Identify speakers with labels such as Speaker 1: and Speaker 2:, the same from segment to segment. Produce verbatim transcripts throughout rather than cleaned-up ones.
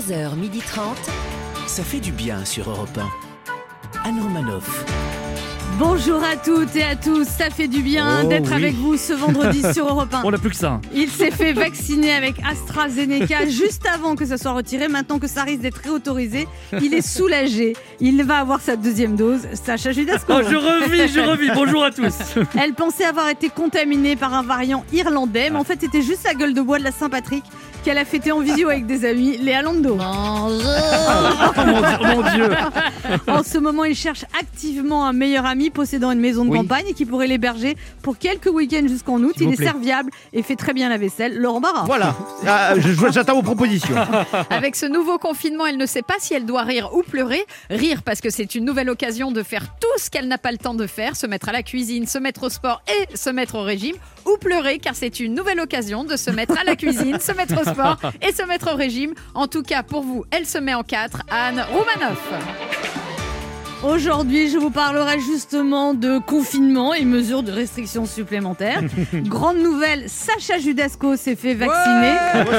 Speaker 1: onze heures trente, ça fait du bien sur Europe un. Anne Romanoff.
Speaker 2: Bonjour à toutes et à tous, ça fait du bien
Speaker 3: oh,
Speaker 2: d'être
Speaker 3: oui.
Speaker 2: avec vous ce vendredi sur Europe un.
Speaker 3: On n'a plus que ça.
Speaker 2: Il s'est fait vacciner avec AstraZeneca juste avant que ça soit retiré. Maintenant que ça risque d'être réautorisé, il est soulagé. Il va avoir sa deuxième dose. Sacha Judasco.
Speaker 3: Oh, je revis, je revis. Bonjour à tous.
Speaker 2: Elle pensait avoir été contaminée par un variant irlandais, mais en fait c'était juste la gueule de bois de la Saint-Patrick qu'elle a fêté en visio avec des amis, Léa Lando.
Speaker 3: Oh, mon Dieu, mon Dieu.
Speaker 2: En ce moment, il cherche activement un meilleur ami possédant une maison de
Speaker 3: Oui.
Speaker 2: campagne et qui pourrait l'héberger pour quelques week-ends jusqu'en août.
Speaker 3: S'il
Speaker 2: Il
Speaker 3: vous
Speaker 2: est
Speaker 3: plaît.
Speaker 2: serviable et fait très bien la vaisselle. Laurent Barra.
Speaker 4: Voilà, ah, je- j'attends vos propositions.
Speaker 5: Avec ce nouveau confinement, elle ne sait pas si elle doit rire ou pleurer. Rire parce que c'est une nouvelle occasion de faire tout ce qu'elle n'a pas le temps de faire, se mettre à la cuisine, se mettre au sport et se mettre au régime. Ou pleurer car c'est une nouvelle occasion de se mettre à la cuisine, se mettre au sport et se mettre au régime. En tout cas, pour vous, elle se met en quatre. Anne Romanoff.
Speaker 2: Aujourd'hui, je vous parlerai justement de confinement et mesures de restrictions supplémentaires. Grande nouvelle, Sacha Judasco s'est fait vacciner.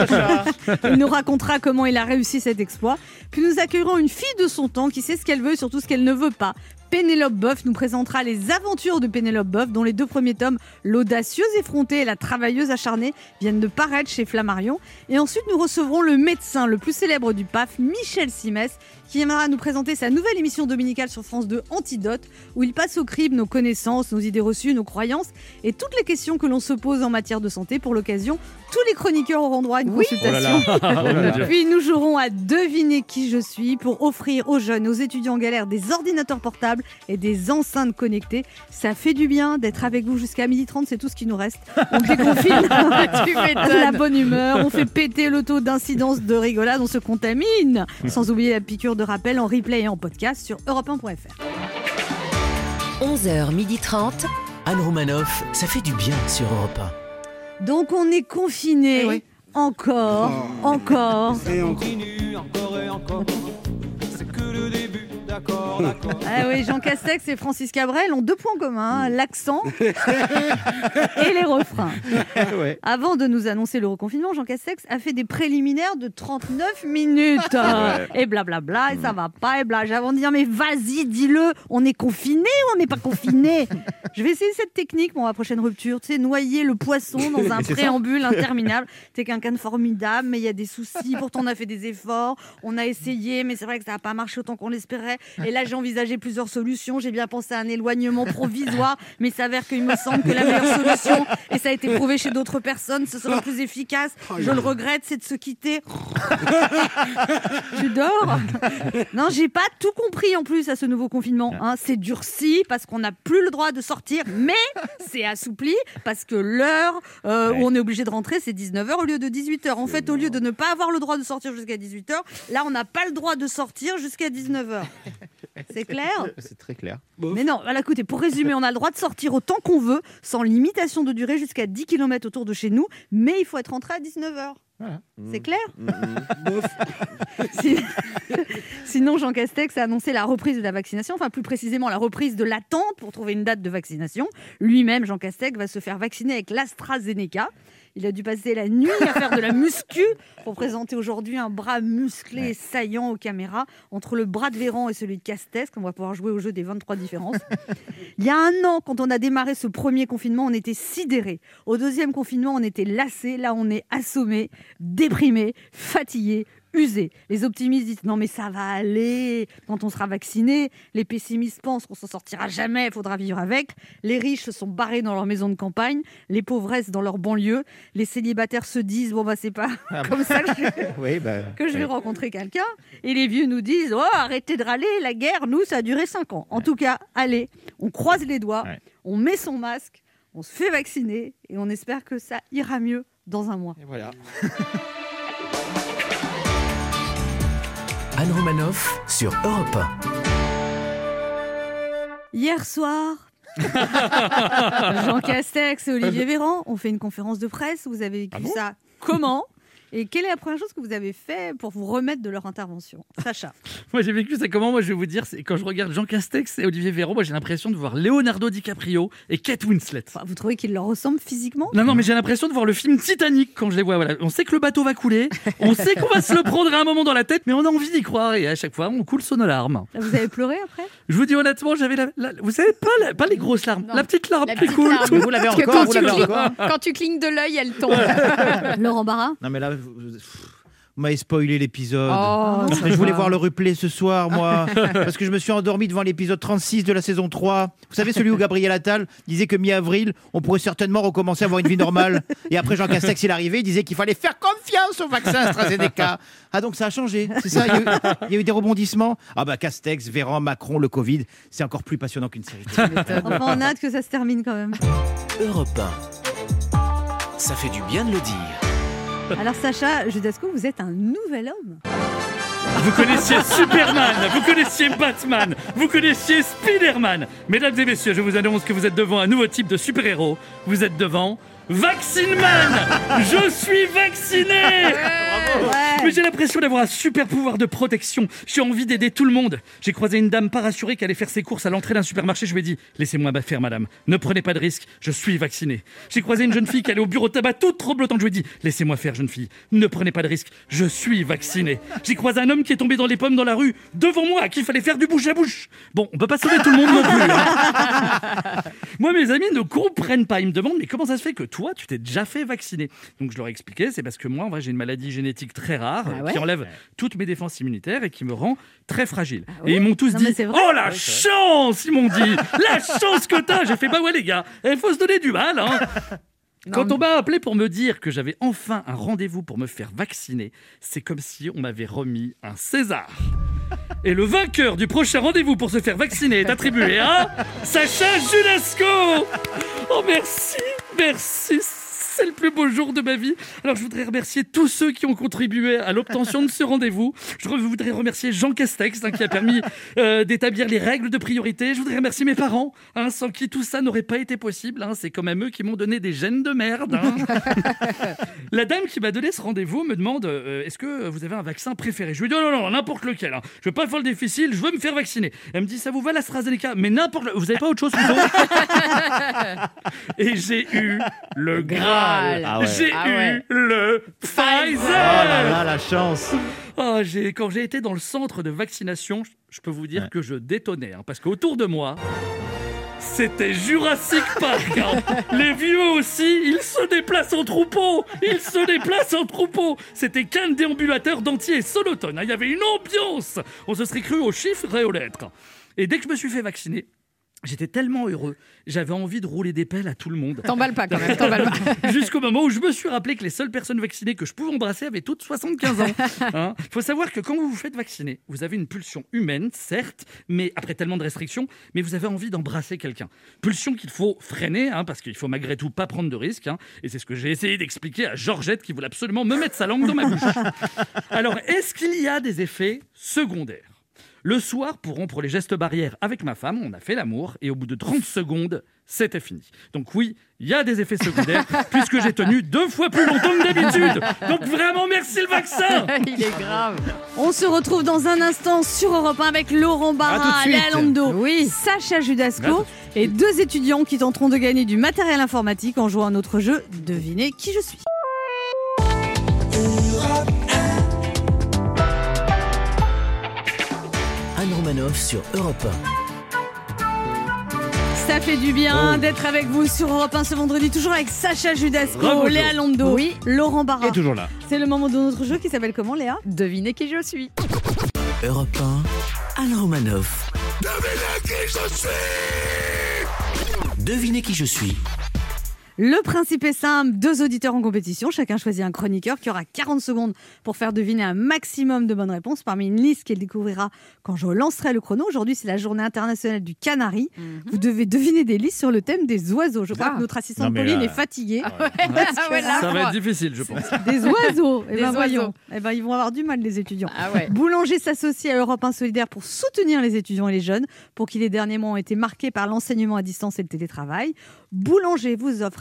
Speaker 2: Il nous racontera comment il a réussi cet exploit. Puis nous accueillerons une fille de son temps qui sait ce qu'elle veut et surtout ce qu'elle ne veut pas. Pénélope Boeuf nous présentera les aventures de Pénélope Boeuf, dont les deux premiers tomes, l'audacieuse effrontée et la travailleuse acharnée, viennent de paraître chez Flammarion. Et ensuite, nous recevrons le médecin le plus célèbre du P A F, Michel Simès, qui viendra nous présenter sa nouvelle émission dominicale sur France deux, Antidote, où il passe au crible nos connaissances, nos idées reçues, nos croyances et toutes les questions que l'on se pose en matière de santé. Pour l'occasion, tous les chroniqueurs auront droit à une consultation.
Speaker 3: Oh là là. Oh mon Dieu.
Speaker 2: Puis nous jouerons à deviner qui je suis pour offrir aux jeunes, aux étudiants en galère des ordinateurs portables et des enceintes connectées. Ça fait du bien d'être avec vous jusqu'à midi trente, c'est tout ce qui nous reste. On déconfine,
Speaker 5: Tu m'étonnes.
Speaker 2: la bonne humeur, on fait péter le taux d'incidence de rigolade, on se contamine. Sans oublier la piqûre de rappel en replay et en podcast sur europe un point f r.
Speaker 1: onze heures trente, Anne Romanoff, ça fait du bien sur Europe un.
Speaker 2: Donc on est confinés.
Speaker 5: Eh oui.
Speaker 2: Encore, encore.
Speaker 4: Et on-
Speaker 6: Continue encore et encore. C'est que le début, d'accord, d'accord.
Speaker 2: Ah oui, Jean Castex et Francis Cabrel ont deux points communs, l'accent et les refrains.
Speaker 4: ouais.
Speaker 2: Avant de nous annoncer le reconfinement, Jean Castex a fait des préliminaires de trente-neuf minutes. Et blablabla, et ça va pas, et blage. Avant de dire, mais vas-y, dis-le, on est confiné ou on n'est pas confiné? Je vais essayer cette technique pour ma prochaine rupture. Tu sais, noyer le poisson dans un
Speaker 4: C'est ça.
Speaker 2: préambule interminable. T'es quelqu'un de formidable, mais il y a des soucis. Pourtant, on a fait des efforts, on a essayé, mais c'est vrai que ça n'a pas marché autant qu'on l'espérait. Et là, j'ai envisagé plusieurs solutions. J'ai bien pensé à un éloignement provisoire, mais il s'avère qu'il me semble que la meilleure solution, et ça a été prouvé chez d'autres personnes, ce sera plus efficace. Je le regrette, c'est de se quitter. Tu dors? Non, j'ai pas tout compris en plus à ce nouveau confinement. Hein. C'est durci parce qu'on n'a plus le droit de sortir, mais c'est assoupli parce que l'heure euh, où on est obligé de rentrer, c'est dix-neuf heures au lieu de dix-huit heures. En fait, au lieu de ne pas avoir le droit de sortir jusqu'à dix-huit heures, là, on n'a pas le droit de sortir jusqu'à dix-neuf heures. C'est clair?
Speaker 4: C'est très clair.
Speaker 2: Mais non, voilà, écoutez, pour résumer, on a le droit de sortir autant qu'on veut, sans limitation de durée, jusqu'à dix kilomètres autour de chez nous, mais il faut être rentré à dix-neuf heures. C'est clair? Si- Sinon, Jean Castex a annoncé la reprise de la vaccination, enfin plus précisément la reprise de l'attente pour trouver une date de vaccination. Lui-même, Jean Castex, va se faire vacciner avec l'AstraZeneca. Il a dû passer la nuit à faire de la muscu pour présenter aujourd'hui un bras musclé et saillant aux caméras entre le bras de Véran et celui de Castex. On va pouvoir jouer au jeu des vingt-trois différences. Il y a un an, quand on a démarré ce premier confinement, on était sidérés. Au deuxième confinement, on était lassés. Là, on est assommés, déprimés, fatigués, usés. Les optimistes disent non mais ça va aller quand on sera vacciné. Les pessimistes pensent qu'on s'en sortira jamais, il faudra vivre avec. Les riches se sont barrés dans leur maison de campagne, les pauvres restent dans leur banlieue. Les célibataires se disent bon bah c'est pas comme ça que je,
Speaker 4: Oui, bah,
Speaker 2: que je vais rencontrer quelqu'un. Et les vieux nous disent oh arrêtez de râler, la guerre nous ça a duré cinq ans. En tout cas, allez, on croise les doigts,
Speaker 3: Ouais.
Speaker 2: on met son masque, on se fait vacciner et on espère que ça ira mieux dans un mois.
Speaker 4: et voilà.
Speaker 1: Anne Romanoff sur Europe un.
Speaker 2: Hier soir, Jean Castex et Olivier Véran ont fait une conférence de presse. Vous avez vécu
Speaker 4: Ah bon
Speaker 2: ça comment? Et quelle est la première chose que vous avez fait pour vous remettre de leur intervention, Sacha?
Speaker 3: Moi, j'ai vécu ça comment? Moi, je vais vous dire, c'est quand je regarde Jean Castex et Olivier Véran, moi, j'ai l'impression de voir Leonardo DiCaprio et Kate Winslet.
Speaker 2: Enfin, vous trouvez qu'ils leur ressemblent physiquement?
Speaker 3: Non, non, mais j'ai l'impression de voir le film Titanic quand je les vois. Voilà. On sait que le bateau va couler, on sait qu'on va se le prendre à un moment dans la tête, mais on a envie d'y croire et à chaque fois, on coule son larmes.
Speaker 2: Vous avez pleuré après?
Speaker 3: Je vous dis honnêtement, j'avais la, la- vous savez pas, la- pas les grosses larmes,
Speaker 5: Non.
Speaker 3: la petite larme
Speaker 5: La
Speaker 3: qui
Speaker 5: petite
Speaker 3: coule.
Speaker 5: larme.
Speaker 3: tout.
Speaker 4: Mais vous l'avez
Speaker 5: Parce que
Speaker 4: encore,
Speaker 5: quand
Speaker 4: vous
Speaker 5: tu,
Speaker 4: l'avez
Speaker 5: clignes,
Speaker 4: encore.
Speaker 5: quand tu clignes de l'œil, elle tombe.
Speaker 2: Laurent Barra?
Speaker 4: Non mais là, vous, vous- vous m'avez spoilé l'épisode.
Speaker 5: Oh,
Speaker 4: Mais
Speaker 5: ça
Speaker 4: je voulais
Speaker 5: va.
Speaker 4: voir le replay ce soir, moi, parce que je me suis endormi devant l'épisode trente-six de la saison trois. Vous savez, celui où Gabriel Attal disait que mi-avril, on pourrait certainement recommencer à avoir une vie normale. Et après, Jean Castex, il arrivait, il disait qu'il fallait faire confiance au vaccin AstraZeneca. Ah, donc ça a changé, c'est ça? Il y a eu, il y a eu des rebondissements. Ah bah Castex, Véran, Macron, le Covid, c'est encore plus passionnant qu'une série.
Speaker 2: Enfin, on a hâte que ça se termine quand même.
Speaker 1: Europe un. Ça fait du bien de le dire.
Speaker 2: Alors Sacha Judasco, vous êtes un nouvel homme.
Speaker 3: Vous connaissiez Superman, vous connaissiez Batman, vous connaissiez Spider-Man. Mesdames et messieurs, je vous annonce que vous êtes devant un nouveau type de super-héros. Vous êtes devant Vaccineman. Je suis vacciné. Mais j'ai l'impression d'avoir un super pouvoir de protection. J'ai envie d'aider tout le monde. J'ai croisé une dame pas rassurée qui allait faire ses courses à l'entrée d'un supermarché. Je lui ai dit, laissez-moi faire madame, ne prenez pas de risque, je suis vacciné. J'ai croisé une jeune fille qui allait au bureau de tabac toute tremblotante. Je lui ai dit, laissez-moi faire jeune fille, ne prenez pas de risque, je suis vacciné. J'ai croisé un homme qui est tombé dans les pommes dans la rue, devant moi, à qui il fallait faire du bouche à bouche. Bon, on peut pas sauver tout le monde non plus. hein. Moi, mes amis ne comprennent pas. Ils me demandent, mais comment ça se fait que toi, tu t'es déjà fait vacciner? Donc je leur ai expliqué, c'est parce que moi, en vrai, j'ai une maladie génétique très rare
Speaker 2: Ah ouais
Speaker 3: qui enlève toutes mes défenses immunitaires et qui me rend très fragile.
Speaker 2: Ah ouais
Speaker 3: Et ils m'ont tous
Speaker 2: Non, mais
Speaker 3: dit,
Speaker 2: c'est vrai.
Speaker 3: oh la chance, ils m'ont dit, la chance que t'as. J'ai fait, bah ouais les gars, il faut se donner du mal. Hein. Quand on m'a appelé pour me dire que j'avais enfin un rendez-vous pour me faire vacciner, c'est comme si on m'avait remis un César. Et le vainqueur du prochain rendez-vous pour se faire vacciner est attribué à Sacha Judasco. Oh merci, merci. C'est le plus beau jour de ma vie. Alors je voudrais remercier tous ceux qui ont contribué à l'obtention de ce rendez-vous. Je voudrais remercier Jean Castex hein, qui a permis euh, d'établir les règles de priorité. Je voudrais remercier mes parents hein, sans qui tout ça n'aurait pas été possible. Hein. C'est quand même eux qui m'ont donné des gènes de merde. Hein. La dame qui m'a donné ce rendez-vous me demande euh, est-ce que vous avez un vaccin préféré? Je lui dis oh, non, non, n'importe lequel. Hein. Je veux pas faire le difficile, je veux me faire vacciner. Elle me dit ça vous va l'AstraZeneca? Mais n'importe le... Vous avez pas autre chose plutôt? Et j'ai eu le Graal.
Speaker 4: Ah ouais.
Speaker 3: J'ai
Speaker 5: Ah
Speaker 3: eu
Speaker 5: ouais.
Speaker 3: le
Speaker 4: Oh
Speaker 3: Pfizer.
Speaker 4: là là, la chance.
Speaker 3: Oh, j'ai, quand j'ai été dans le centre de vaccination, je- je peux vous dire
Speaker 4: Ouais.
Speaker 3: que je détonnais. hein, parce qu'autour de moi, c'était Jurassic Park. hein. Les vieux aussi, ils se déplacent en troupeau. Ils se déplacent en troupeau. C'était qu'un déambulateur d'entier et sonotone. hein. Il y avait une ambiance. On se serait cru aux chiffres et aux lettres. Et dès que je me suis fait vacciner, j'étais tellement heureux, j'avais envie de rouler des pelles à tout le monde.
Speaker 5: T'emballes pas quand même, t'emballes pas.
Speaker 3: Jusqu'au moment où je me suis rappelé que les seules personnes vaccinées que je pouvais embrasser avaient toutes soixante-quinze ans. Hein. Faut savoir que quand vous vous faites vacciner, vous avez une pulsion humaine, certes, mais après tellement de restrictions, mais vous avez envie d'embrasser quelqu'un. Pulsion qu'il faut freiner, hein, parce qu'il faut malgré tout pas prendre de risques. Hein, et c'est ce que j'ai essayé d'expliquer à Georgette qui voulait absolument me mettre sa langue dans ma bouche. Alors, est-ce qu'il y a des effets secondaires? Le soir, pour rompre les gestes barrières avec ma femme, on a fait l'amour et au bout de trente secondes, c'était fini. Donc oui, il y a des effets secondaires puisque j'ai tenu deux fois plus longtemps que d'habitude. Donc vraiment, merci le vaccin.
Speaker 5: Il est grave.
Speaker 2: On se retrouve dans un instant sur Europe un avec Laurent
Speaker 4: À
Speaker 2: Barra,
Speaker 4: tout de
Speaker 2: Léa
Speaker 4: suite.
Speaker 2: Lando,
Speaker 5: Oui.
Speaker 2: Sacha
Speaker 3: À
Speaker 2: Judasco
Speaker 3: tout
Speaker 2: et deux étudiants qui tenteront de gagner du matériel informatique en jouant à notre jeu Devinez qui je suis.
Speaker 1: Anne Romanoff sur Europe un.
Speaker 2: Ça fait du bien d'être avec vous sur Europe un ce vendredi, toujours avec Sacha Judasco,
Speaker 3: Rebonjour.
Speaker 2: Léa Lando,
Speaker 5: Oui.
Speaker 2: Laurent Barra.
Speaker 4: Et toujours là.
Speaker 2: C'est le moment de notre jeu qui s'appelle comment, Léa?
Speaker 5: Devinez qui je suis.
Speaker 1: Europe un, Anne Romanoff. Devinez qui je suis.
Speaker 2: Le principe est simple, deux auditeurs en compétition, chacun choisit un chroniqueur qui aura quarante secondes pour faire deviner un maximum de bonnes réponses parmi une liste qu'il découvrira quand je lancerai le chrono. Aujourd'hui, c'est la journée internationale du canari. Vous devez deviner des listes sur le thème des oiseaux. Je crois
Speaker 5: Ah.
Speaker 2: que notre assistante
Speaker 4: Non, mais
Speaker 2: Pauline
Speaker 4: là-
Speaker 2: est fatiguée.
Speaker 5: Ah ouais, là,
Speaker 3: Ça va
Speaker 5: moi.
Speaker 3: être difficile, je pense.
Speaker 2: Des oiseaux. Eh
Speaker 5: Des
Speaker 2: ben
Speaker 5: oiseaux.
Speaker 2: voyons. Eh ben, ils vont avoir du mal, les étudiants.
Speaker 5: Ah ouais.
Speaker 2: Boulanger s'associe à Europe un Solidaire pour soutenir les étudiants et les jeunes, pour qui les derniers mois ont été marqués par l'enseignement à distance et le télétravail. Boulanger vous offre un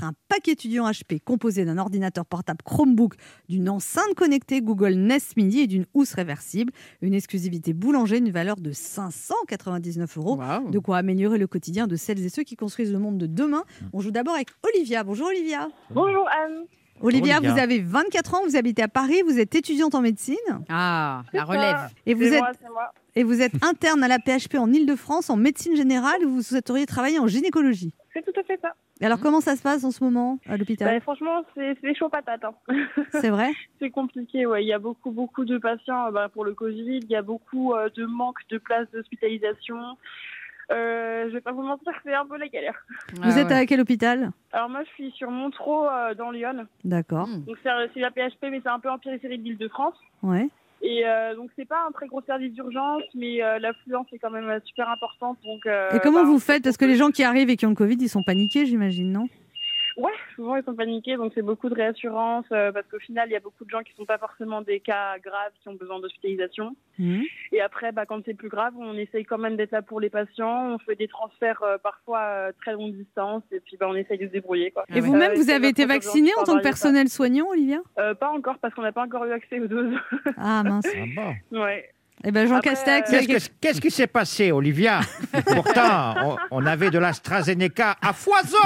Speaker 2: un pack étudiant H P composé d'un ordinateur portable Chromebook, d'une enceinte connectée Google Nest Mini et d'une housse réversible. Une exclusivité boulanger, une valeur de cinq cent quatre-vingt-dix-neuf euros.
Speaker 5: Wow.
Speaker 2: De quoi améliorer le quotidien de celles et ceux qui construisent le monde de demain. On joue d'abord avec Olivia. Bonjour Olivia.
Speaker 7: Bonjour Anne.
Speaker 2: Olivia,
Speaker 4: Olivia.
Speaker 2: vous avez vingt-quatre ans, vous habitez à Paris, vous êtes étudiante en médecine
Speaker 5: Ah, la
Speaker 7: C'est
Speaker 5: relève.
Speaker 7: ça.
Speaker 2: et vous
Speaker 7: C'est
Speaker 2: êtes
Speaker 7: moi, c'est moi.
Speaker 2: et vous êtes interne à la P H P en Île-de-France en médecine générale où vous souhaiteriez travailler en gynécologie.
Speaker 7: C'est tout à fait ça.
Speaker 2: Et alors comment ça se passe en ce moment à l'hôpital
Speaker 7: Bah, franchement, c'est c'est chaud patate. Hein.
Speaker 2: C'est vrai?
Speaker 7: C'est compliqué, ouais. Il y a beaucoup, beaucoup de patients euh, bah, pour le Covid. Il y a beaucoup euh, de manque de places d'hospitalisation. Euh, je vais pas vous mentir, c'est un peu la galère.
Speaker 2: Vous
Speaker 5: Ah
Speaker 2: êtes
Speaker 5: ouais.
Speaker 2: à quel hôpital?
Speaker 7: Alors moi, je suis sur Montereau, euh, dans Lyon.
Speaker 2: D'accord.
Speaker 5: Hmm.
Speaker 7: Donc c'est c'est la P H P, mais c'est un peu en périphérie de l'Île-de-France.
Speaker 2: Ouais.
Speaker 7: Et euh, donc c'est pas un très gros service d'urgence, mais euh, l'affluence est quand même euh, super importante. Donc, euh,
Speaker 2: Et comment
Speaker 7: bah,
Speaker 2: vous faites? Parce que les gens qui arrivent et qui ont le Covid, ils sont paniqués, j'imagine, non?
Speaker 7: Ouais, souvent ils sont paniqués, donc c'est beaucoup de réassurance, euh, parce qu'au final, il y a beaucoup de gens qui sont pas forcément des cas graves, qui ont besoin d'hospitalisation.
Speaker 2: Mhm.
Speaker 7: Et après, bah, quand c'est plus grave, on essaye quand même d'être là pour les patients. On fait des transferts euh, parfois euh, très longue distance, et puis bah, on essaye de se débrouiller. Quoi.
Speaker 2: Et
Speaker 5: ouais.
Speaker 2: vous-même,
Speaker 7: Euh,
Speaker 2: vous
Speaker 7: c'est
Speaker 2: avez été
Speaker 7: notre urgence
Speaker 2: vacciné en
Speaker 7: pour
Speaker 2: tant que
Speaker 7: varier ça.
Speaker 2: personnel soignant, Olivia?
Speaker 7: euh, Pas encore, parce qu'on n'a pas encore eu accès aux doses.
Speaker 2: Ah mince.
Speaker 4: Ah bon.
Speaker 7: Ouais.
Speaker 2: Eh ben Jean
Speaker 7: Après,
Speaker 2: Castex.
Speaker 7: euh,
Speaker 4: Qu'est-ce, que- qu'est-ce qui s'est passé, Olivia? Pourtant, on, on avait de l'AstraZeneca à foison.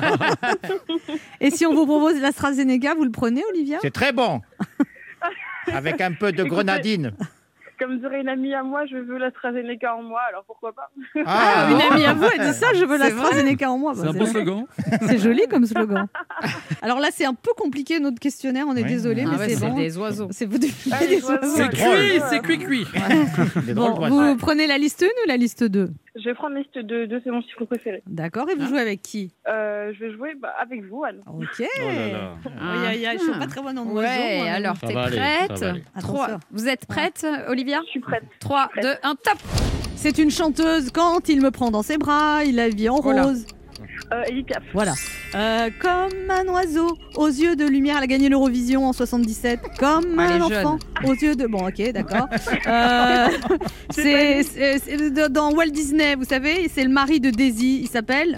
Speaker 2: Et si on vous propose l'AstraZeneca, vous le prenez, Olivia?
Speaker 4: C'est très bon. Avec un peu de
Speaker 7: Écoutez,
Speaker 4: grenadine.
Speaker 7: Comme dirait une amie à moi, je veux l'AstraZeneca en moi, alors pourquoi pas.
Speaker 2: Ah, une amie à vous, elle dit ça, je veux
Speaker 5: C'est
Speaker 2: l'AstraZeneca en moi.
Speaker 3: C'est
Speaker 2: Bah,
Speaker 3: un
Speaker 2: c'est
Speaker 3: beau
Speaker 2: vrai.
Speaker 3: slogan.
Speaker 2: C'est joli comme slogan. Alors là, c'est un peu compliqué notre questionnaire, on est
Speaker 4: Oui.
Speaker 2: désolé,
Speaker 5: Ah
Speaker 2: mais
Speaker 5: ouais,
Speaker 2: c'est
Speaker 5: c'est
Speaker 2: bon.
Speaker 5: des oiseaux.
Speaker 2: C'est vous des,
Speaker 7: Ah,
Speaker 2: des
Speaker 7: les oiseaux,
Speaker 2: oiseaux.
Speaker 3: C'est
Speaker 7: Ouais.
Speaker 3: cuit,
Speaker 7: drôle.
Speaker 3: c'est cuit-cuit.
Speaker 4: Des
Speaker 2: Bon,
Speaker 4: drôles d'oiseaux.
Speaker 2: vous prenez la liste un ou la liste deux?
Speaker 7: Je vais prendre liste de deux, c'est mon chiffre préféré.
Speaker 2: D'accord, et vous
Speaker 5: Hein
Speaker 2: jouez avec qui?
Speaker 7: Euh, je vais jouer bah, avec vous, Anne.
Speaker 2: Ok.
Speaker 3: Oh là là.
Speaker 2: Aïe, aïe, aïe, je suis pas très bonne en oiseaux.
Speaker 5: Ouais,
Speaker 2: moi, mais
Speaker 5: alors
Speaker 3: Ça
Speaker 5: t'es
Speaker 3: va aller, ça
Speaker 5: prête?
Speaker 3: va aller.
Speaker 5: Trois.
Speaker 2: Attention.
Speaker 5: Vous êtes prête, Olivia?
Speaker 7: Je suis prête.
Speaker 5: trois, deux, un, top.
Speaker 2: C'est une chanteuse, quand il me prend dans ses bras, il la vie en
Speaker 5: Voilà.
Speaker 2: rose.
Speaker 7: Euh, Edith Piaf.
Speaker 2: Voilà. Euh, comme un oiseau, aux yeux de lumière, elle a gagné l'Eurovision en soixante-dix-sept. Comme
Speaker 5: Ah,
Speaker 2: un
Speaker 5: elle est
Speaker 2: enfant, aux yeux de... Bon, ok, d'accord. Euh, c'est c'est- c'est de- dans Walt Disney, vous savez, c'est le mari de Daisy, il s'appelle...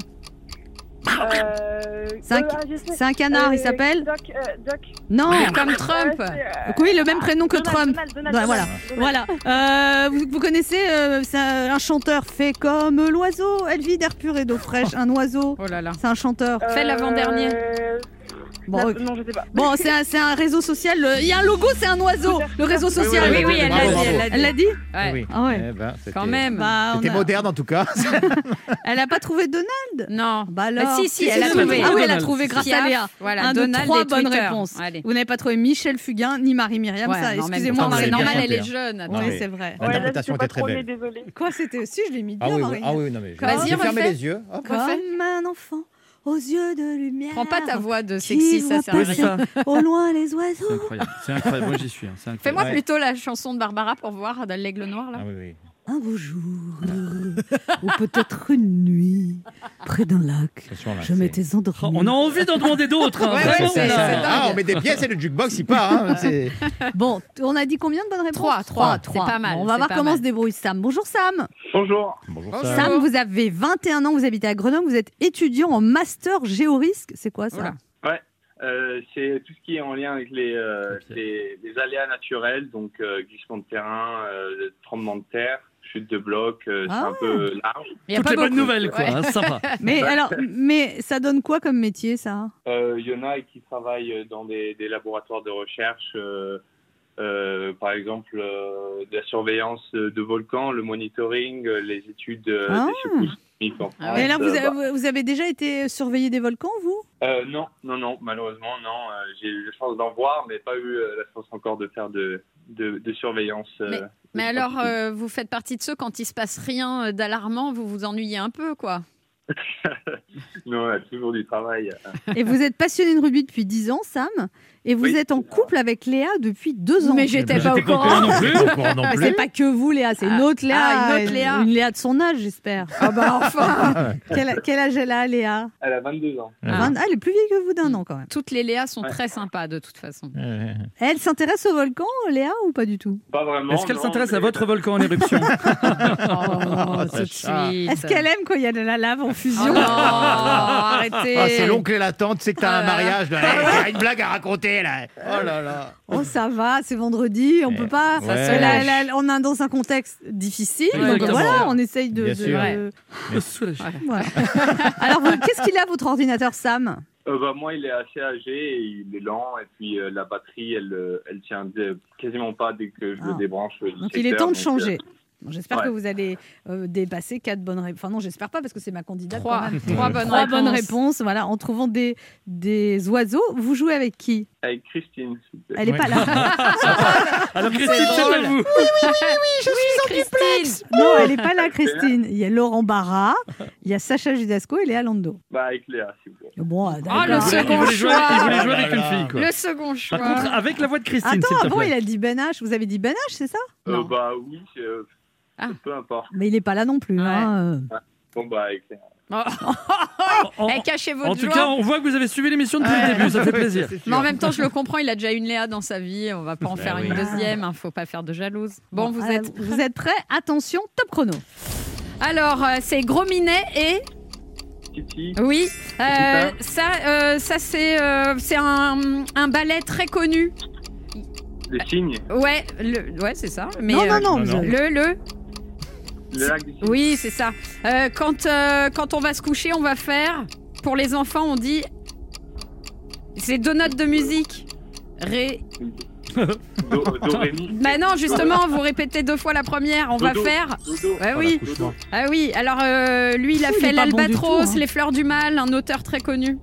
Speaker 7: Euh,
Speaker 2: C'est un-
Speaker 7: euh, ah, je sais.
Speaker 2: C'est un canard,
Speaker 7: Euh,
Speaker 2: il s'appelle...
Speaker 7: Doc, euh, Doc.
Speaker 2: Non,
Speaker 5: Comme Trump.
Speaker 7: Euh, c'est, euh,
Speaker 2: oui, le même prénom que
Speaker 7: Donald,
Speaker 2: Trump.
Speaker 7: Donald, Donald,
Speaker 2: Ouais, voilà.
Speaker 7: Donald.
Speaker 2: Voilà. Euh, vous, vous connaissez, euh, c'est un, un chanteur fait comme l'oiseau. Elle vit d'air pur et d'eau fraîche. Un oiseau.
Speaker 5: Oh là là.
Speaker 2: C'est un chanteur.
Speaker 7: Euh,
Speaker 5: Fais l'avant-dernier.
Speaker 2: Bon,
Speaker 7: non,
Speaker 2: ok.
Speaker 7: non, je sais pas.
Speaker 2: Bon, c'est un, c'est un réseau social. le- Il y a un logo, c'est un oiseau. Le réseau social.
Speaker 5: oui, oui, elle l'a
Speaker 4: Bravo,
Speaker 5: dit,
Speaker 4: bravo.
Speaker 5: elle l'a dit.
Speaker 2: Elle l'a dit.
Speaker 5: Ouais.
Speaker 4: Oui.
Speaker 2: Ah ouais.
Speaker 4: Eh ben, c'était-
Speaker 5: Quand même.
Speaker 2: Bah, on
Speaker 4: C'était
Speaker 2: a-
Speaker 4: moderne en tout cas.
Speaker 2: Elle a pas trouvé Donald.
Speaker 5: Non.
Speaker 2: Bah alors.
Speaker 5: Ah, si, si,
Speaker 3: Si,
Speaker 5: elle a
Speaker 3: si, elle a
Speaker 5: trouvé.
Speaker 3: trouvé
Speaker 2: Ah oui, elle a
Speaker 3: Donald.
Speaker 2: trouvé grâce
Speaker 5: Piaf,
Speaker 2: à Léa.
Speaker 5: Voilà,
Speaker 2: Un, deux,
Speaker 5: Donald
Speaker 2: trois
Speaker 5: et
Speaker 2: bonnes
Speaker 5: Twitter.
Speaker 2: réponses.
Speaker 5: Allez.
Speaker 2: Vous n'avez pas trouvé Michel Fugain ni Marie-Myriam.
Speaker 5: Ouais,
Speaker 2: ça,
Speaker 5: mais en même
Speaker 2: excusez-moi,
Speaker 5: temps,
Speaker 4: Marie.
Speaker 5: c'est
Speaker 2: Marie.
Speaker 5: normal,
Speaker 4: bien
Speaker 5: elle est
Speaker 4: chanté,
Speaker 5: jeune.
Speaker 4: Non,
Speaker 5: attends.
Speaker 2: Oui,
Speaker 4: mais-
Speaker 2: c'est vrai.
Speaker 7: Ouais, là,
Speaker 4: L'interprétation
Speaker 7: je sais
Speaker 4: était
Speaker 7: pas
Speaker 4: très
Speaker 7: trop,
Speaker 4: belle.
Speaker 7: mais désolée.
Speaker 2: Quoi, c'était aussi, je l'ai mis
Speaker 4: Ah
Speaker 2: bien,
Speaker 4: oui, oui,
Speaker 2: Marie.
Speaker 4: ah oui, non mais.
Speaker 5: Vas-y,
Speaker 4: J'ai
Speaker 5: refais.
Speaker 4: fermé les yeux. Hop.
Speaker 2: Comme
Speaker 5: Refais.
Speaker 2: un enfant aux yeux de lumière.
Speaker 5: Prends pas ta voix de
Speaker 2: Qui
Speaker 5: sexy, ça
Speaker 2: voit
Speaker 5: sert à
Speaker 3: Ouais,
Speaker 5: rien.
Speaker 3: ça,
Speaker 2: Au loin les
Speaker 3: c'est
Speaker 2: oiseaux.
Speaker 3: incroyable. C'est incroyable. Moi, j'y suis. hein, c'est incroyable.
Speaker 5: Fais-moi
Speaker 4: Ouais.
Speaker 5: plutôt la chanson de Barbara pour voir dans l'aigle noir là.
Speaker 4: Ah oui, oui.
Speaker 2: Un beau jour, ou peut-être une nuit, près d'un lac,
Speaker 4: Attention, là,
Speaker 2: je
Speaker 4: c'est-
Speaker 2: m'étais
Speaker 3: Oh,
Speaker 2: endormie.
Speaker 3: on a envie d'en demander d'autres. hein,
Speaker 5: Ouais,
Speaker 3: vraiment,
Speaker 5: ouais, c'est-
Speaker 3: là.
Speaker 5: c'est dingue.
Speaker 4: Ah, on met des pièces et le jukebox il part. Hein. C'est-
Speaker 2: Bon, on a dit combien de bonnes réponses?
Speaker 5: Trois, trois, c'est pas mal,
Speaker 2: Bon, on va
Speaker 5: c'est
Speaker 2: voir
Speaker 5: pas
Speaker 2: comment
Speaker 5: mal.
Speaker 2: se débrouille Sam. Bonjour Sam.
Speaker 8: Bonjour.
Speaker 4: Bonjour.
Speaker 5: Bonjour.
Speaker 4: Sam.
Speaker 2: Sam, vous avez vingt et un ans, vous habitez à Grenoble, vous êtes étudiant en master géorisque. C'est quoi ça?
Speaker 5: Oula.
Speaker 8: Euh, c'est tout ce qui est en lien avec les, euh, les, les aléas naturels, donc euh, glissement de terrain, euh, tremblement de terre, chute de bloc, euh,
Speaker 2: Ah.
Speaker 8: c'est un peu large.
Speaker 5: Il y a
Speaker 3: Toutes
Speaker 5: pas
Speaker 3: les bonnes
Speaker 5: beaucoup.
Speaker 3: nouvelles, quoi.
Speaker 5: Ouais.
Speaker 3: hein, sympa.
Speaker 2: Mais alors, mais ça donne quoi comme métier ça?
Speaker 8: Euh, Il y en a qui travaillent dans des, des laboratoires de recherche, euh, euh, par exemple euh, de la surveillance de volcans, le monitoring, euh, les études euh,
Speaker 2: Ah.
Speaker 8: des secousses sismiques en
Speaker 5: Ah
Speaker 8: France.
Speaker 2: Et là, vous
Speaker 8: Euh,
Speaker 2: avez,
Speaker 8: bah,
Speaker 2: vous avez déjà été surveiller des volcans, vous?
Speaker 8: euh, non, non, non, malheureusement, non. Euh, j'ai eu la chance d'en voir, mais pas eu euh, la chance encore de faire de, de, de surveillance. euh,
Speaker 5: Mais-
Speaker 8: de
Speaker 5: Mais
Speaker 8: ce
Speaker 5: alors,
Speaker 8: type.
Speaker 5: euh, vous faites partie de ceux quand il se passe rien euh, d'alarmant, vous vous ennuyez un peu, quoi.
Speaker 8: Non, on a toujours du travail.
Speaker 2: Et vous êtes passionné de rugby depuis dix ans, Sam. Et vous
Speaker 8: Oui.
Speaker 2: êtes en couple avec Léa depuis deux ans.
Speaker 5: Mais j'étais
Speaker 3: bah,
Speaker 5: pas au
Speaker 3: j'étais pas au
Speaker 5: courant.
Speaker 3: courant non plus.
Speaker 4: Pas au courant non
Speaker 2: Mais
Speaker 4: plus.
Speaker 2: c'est pas que vous, Léa, c'est une autre Léa.
Speaker 5: Ah, une autre Léa.
Speaker 2: Une Léa de son âge, j'espère.
Speaker 5: Ah bah enfin.
Speaker 2: quel, quel âge elle a, Léa?
Speaker 8: Elle a vingt-deux ans.
Speaker 5: Ah.
Speaker 2: vingt Ah, elle est plus vieille que vous d'un an quand même.
Speaker 5: Toutes les Léas sont
Speaker 8: Ouais.
Speaker 5: très sympas de toute façon.
Speaker 4: Ouais.
Speaker 2: Elle s'intéresse au volcan, Léa, ou pas du tout?
Speaker 8: Pas vraiment.
Speaker 3: Est-ce qu'elle
Speaker 8: non,
Speaker 3: s'intéresse
Speaker 8: mais-
Speaker 3: à votre volcan en éruption?
Speaker 5: Oh, tout de
Speaker 4: Sacha.
Speaker 5: suite.
Speaker 2: Est-ce qu'elle aime quand il y a de la lave en
Speaker 5: Oh
Speaker 2: fusion?
Speaker 5: non, arrêtez.
Speaker 4: Ah, c'est l'oncle et la tante, c'est que t'as un
Speaker 5: Voilà.
Speaker 4: mariage. Là. Hey, t'as une blague à raconter là. Oh là là.
Speaker 2: Oh, ça va, c'est vendredi, on
Speaker 4: Eh,
Speaker 2: peut pas.
Speaker 4: ouais.
Speaker 2: Parce que là, là, on est dans un contexte difficile, donc
Speaker 3: Exactement.
Speaker 2: voilà, on essaye de.
Speaker 4: Bien
Speaker 2: de-
Speaker 4: sûr.
Speaker 2: de-
Speaker 3: Me soulager.
Speaker 2: voilà. Alors, vous- qu'est-ce qu'il a votre ordinateur, Sam?
Speaker 8: Euh, bah, moi, il est assez âgé, et il est lent, et puis euh, la batterie, elle, euh, elle tient euh, quasiment pas dès que je
Speaker 2: Ah.
Speaker 8: le débranche. euh, du
Speaker 2: Donc il est
Speaker 8: secteur,
Speaker 2: temps de
Speaker 8: donc,
Speaker 2: changer. Bon, j'espère
Speaker 8: ouais.
Speaker 2: que vous allez euh, dépasser quatre bonnes réponses. Enfin non, j'espère pas parce que c'est ma candidate.
Speaker 5: Trois.
Speaker 2: quand même.
Speaker 5: Trois bonnes
Speaker 2: Trois
Speaker 5: réponses.
Speaker 2: bonnes réponses. Voilà, en trouvant des, des oiseaux. Vous jouez avec qui?
Speaker 8: euh, Avec Christine, s'il vous plaît.
Speaker 2: Elle est
Speaker 4: Ouais.
Speaker 2: pas là.
Speaker 3: Alors Christine, c'est à
Speaker 5: drôle.
Speaker 3: vous.
Speaker 5: Christine.
Speaker 2: Non, elle est pas là, Christine. Il y a Laurent Barra, il y a Sacha Judasco et Léa Lando.
Speaker 8: Bah, avec Léa, s'il vous plaît.
Speaker 2: Bon, ah,
Speaker 5: Oh,
Speaker 2: d'accord.
Speaker 5: le
Speaker 3: Il voulait- il
Speaker 5: second
Speaker 3: voulait jouer,
Speaker 5: choix.
Speaker 3: il voulait jouer avec
Speaker 4: Oh là
Speaker 3: une
Speaker 4: là.
Speaker 3: fille, quoi.
Speaker 5: Le second choix.
Speaker 3: Par contre, avec la voix de Christine,
Speaker 2: Attends,
Speaker 3: s'il te
Speaker 2: avant,
Speaker 3: plaît.
Speaker 2: il a dit Ben H. Vous avez dit Ben H, c'est ça?
Speaker 8: Euh,
Speaker 5: Non.
Speaker 8: bah oui, c'est, euh,
Speaker 5: Ah.
Speaker 8: peu importe.
Speaker 2: Mais il est pas là non plus.
Speaker 5: Ouais.
Speaker 2: hein.
Speaker 8: Bon, bah, avec Léa.
Speaker 3: En,
Speaker 5: Eh, cachez votre
Speaker 3: en tout
Speaker 5: joie.
Speaker 3: cas, on voit que vous avez suivi l'émission depuis le début, ça fait plaisir.
Speaker 4: C'est sûr.
Speaker 5: Mais en même temps, je le comprends, il a déjà une Léa dans sa vie. On va pas en
Speaker 4: Bah
Speaker 5: faire
Speaker 4: oui.
Speaker 5: une deuxième. Hein, faut pas faire de jalouse. Bon, vous
Speaker 2: alors,
Speaker 5: êtes.
Speaker 2: vous êtes prêts? Attention, top chrono.
Speaker 5: Alors, euh, c'est Gros Minet et.
Speaker 8: Titi,
Speaker 5: Oui, euh,
Speaker 8: Super.
Speaker 5: ça, euh, ça c'est euh, c'est un, un ballet très connu.
Speaker 8: les signes,
Speaker 5: Ouais, le, ouais, c'est ça. Mais
Speaker 2: non,
Speaker 5: euh,
Speaker 2: non, non,
Speaker 4: non,
Speaker 2: vous
Speaker 4: non.
Speaker 2: avez-
Speaker 5: le, le.
Speaker 8: le lac des signes.
Speaker 5: Oui, c'est ça. Euh, quand, euh, quand on va se coucher, on va faire. Pour les enfants, on dit. C'est deux notes de musique. Ré.
Speaker 8: Do, do, ré, mi.
Speaker 5: Bah non, justement, vous répétez deux fois la première. On va
Speaker 8: Dodo.
Speaker 5: faire.
Speaker 8: Dodo.
Speaker 5: Ouais, oui.
Speaker 8: Dodo.
Speaker 5: Ah oui, alors euh, lui, il a
Speaker 2: Ouh, il
Speaker 5: fait
Speaker 2: est pas bon du
Speaker 5: l'Albatros,
Speaker 2: tout, hein.
Speaker 5: Les Fleurs du Mal, un auteur très connu.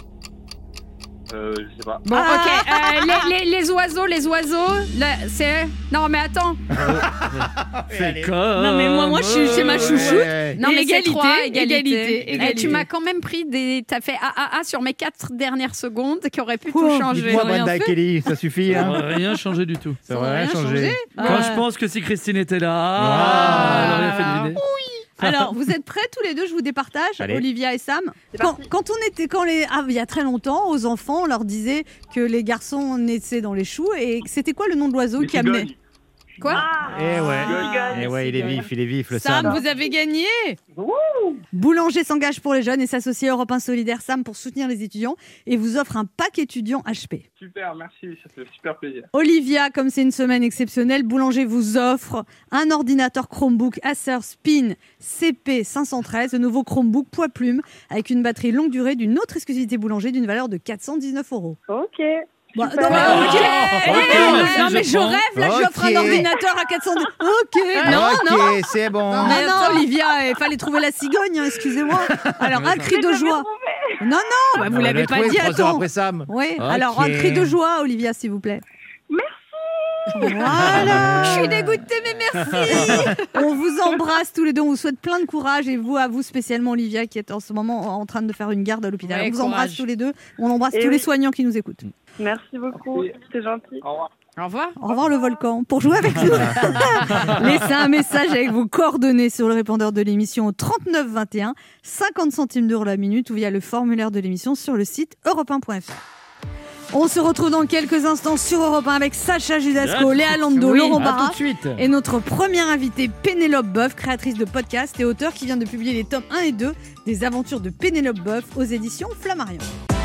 Speaker 8: Euh, je sais pas.
Speaker 5: Bon,
Speaker 2: Ah.
Speaker 5: ok. Euh, les, les- les oiseaux, les oiseaux, là, c'est. Non, mais attends.
Speaker 3: C'est comme.
Speaker 2: Non, mais moi, moi, je suis- c'est ma chouchoute.
Speaker 4: Ouais.
Speaker 5: Non, mais c'est
Speaker 2: Égalité,
Speaker 5: trois, égalité.
Speaker 2: égalité,
Speaker 5: Eh,
Speaker 2: égalité.
Speaker 5: tu m'as quand même pris des. T'as fait A A A sur mes quatre dernières secondes qui auraient pu
Speaker 2: Oh,
Speaker 5: tout changer.
Speaker 4: Dites-moi,
Speaker 2: J'ai rien
Speaker 4: Brenda
Speaker 2: fait.
Speaker 4: Kelly, ça suffit.
Speaker 3: Ça
Speaker 4: Hein.
Speaker 3: n'aurait rien changé du tout.
Speaker 4: Ça aurait rien changé.
Speaker 3: Quand
Speaker 2: Euh,
Speaker 3: je pense que si Christine était là, ah,
Speaker 4: Ah.
Speaker 3: elle aurait fait deviner.
Speaker 2: Alors, vous êtes prêts tous les deux? Je vous départage,
Speaker 4: Allez.
Speaker 2: Olivia et Sam. Quand, quand on était, quand les, ah, il y a très longtemps, aux enfants, on leur disait que les garçons naissaient dans les choux. Et c'était quoi le nom de l'oiseau
Speaker 8: Les
Speaker 2: qui amenait?
Speaker 8: cigognes.
Speaker 5: Quoi
Speaker 4: Eh ouais.
Speaker 8: Cigogne.
Speaker 4: Eh ouais, il est vif, il est vif, le
Speaker 2: Sam,
Speaker 4: Sam.
Speaker 2: vous avez gagné. Boulanger s'engage pour les jeunes et s'associe à Europe un Solidaire Sam pour soutenir les étudiants et vous offre un pack étudiant H P.
Speaker 8: Super, merci, ça fait super plaisir.
Speaker 2: Olivia, comme c'est une semaine exceptionnelle, Boulanger vous offre un ordinateur Chromebook Acer Spin C P cinq cent treize, le nouveau Chromebook poids plume avec une batterie longue durée d'une autre exclusivité Boulanger d'une valeur de quatre cent dix-neuf euros.
Speaker 7: Ok.
Speaker 2: Bah,
Speaker 7: Super.
Speaker 2: non, mais
Speaker 3: Ah,
Speaker 2: ok.
Speaker 3: ok,
Speaker 2: Eh,
Speaker 3: merci,
Speaker 2: non, mais
Speaker 3: je
Speaker 2: je
Speaker 3: prends.
Speaker 2: rêve, là, je lui offre un
Speaker 4: Ok.
Speaker 2: ordinateur à quatre cent dix. Ok, non,
Speaker 4: ok,
Speaker 2: non.
Speaker 4: c'est bon.
Speaker 2: Non, non, Olivia, il fallait trouver la cigogne, hein, excusez-moi. Alors, un cri de joie. Non, non, bah, vous
Speaker 4: On
Speaker 2: l'avez
Speaker 4: l'a
Speaker 2: pas
Speaker 4: trouvé
Speaker 2: dit,
Speaker 4: trois heures
Speaker 2: attends.
Speaker 4: après Sam.
Speaker 2: Oui,
Speaker 4: Ok.
Speaker 2: alors un cri de joie, Olivia, s'il vous plaît.
Speaker 7: Merci.
Speaker 2: Voilà.
Speaker 5: Je suis dégoûtée, mais merci.
Speaker 2: On vous embrasse tous les deux, on vous souhaite plein de courage et vous, à vous spécialement, Olivia, qui est en ce moment en train de faire une garde à l'hôpital.
Speaker 5: Ouais,
Speaker 2: on vous
Speaker 5: courage.
Speaker 2: embrasse tous les deux, on embrasse
Speaker 7: Et
Speaker 2: tous les
Speaker 7: oui.
Speaker 2: soignants qui nous écoutent.
Speaker 7: Merci beaucoup. C'est gentil.
Speaker 8: Au revoir.
Speaker 5: Au revoir.
Speaker 2: Au revoir le volcan. Pour jouer avec nous, laissez un message avec vos coordonnées sur le répondeur de l'émission au trente-neuf vingt et un, cinquante centimes d'euros la minute ou via le formulaire de l'émission sur le site europe un point f r. On se retrouve dans quelques instants sur Europe un avec Sacha Judasco,
Speaker 3: Ah,
Speaker 2: Léa Lando,
Speaker 3: oui,
Speaker 2: Laurent
Speaker 3: à
Speaker 2: Barra
Speaker 3: tout de suite.
Speaker 2: et notre première invitée Pénélope Boeuf, créatrice de podcast et auteure qui vient de publier les tomes un et deux des aventures de Pénélope Boeuf aux éditions Flammarion.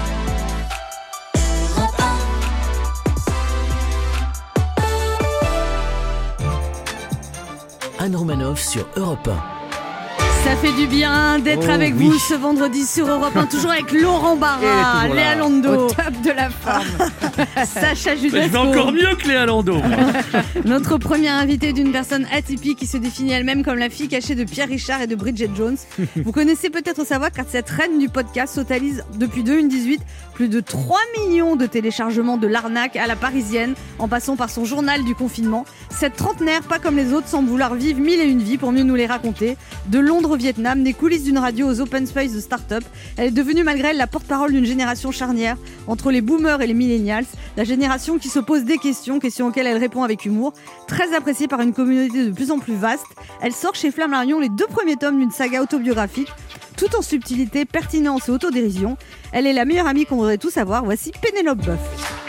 Speaker 1: Anne Romanoff sur Europe un.
Speaker 2: Ça fait du bien d'être
Speaker 4: Oh,
Speaker 2: avec
Speaker 4: oui.
Speaker 2: vous ce vendredi sur Europe un, toujours avec Laurent Barra,
Speaker 4: Elle est toujours
Speaker 2: Léa
Speaker 4: là.
Speaker 2: Lando,
Speaker 5: Au top de la forme.
Speaker 2: Sacha
Speaker 3: Mais je vais
Speaker 2: Judasco.
Speaker 3: encore mieux que Léa Lando. moi.
Speaker 2: Notre première invitée d'une personne atypique qui se définit elle-même comme la fille cachée de Pierre Richard et de Bridget Jones. Vous connaissez peut-être sa voix car cette reine du podcast totalise depuis deux mille dix-huit plus de trois millions de téléchargements de l'arnaque à la parisienne en passant par son journal du confinement. Cette trentenaire, pas comme les autres, semble vouloir vivre mille et une vies pour mieux nous les raconter. De Londres Londres au Vietnam, des coulisses d'une radio aux open space de start-up. Elle est devenue malgré elle la porte-parole d'une génération charnière entre les boomers et les millennials, la génération qui se pose des questions, questions auxquelles elle répond avec humour, très appréciée par une communauté de plus en plus vaste. Elle sort chez Flammarion les deux premiers tomes d'une saga autobiographique, tout en subtilité, pertinence et autodérision. Elle est la meilleure amie qu'on voudrait tous avoir. Voici Pénélope Boeuf.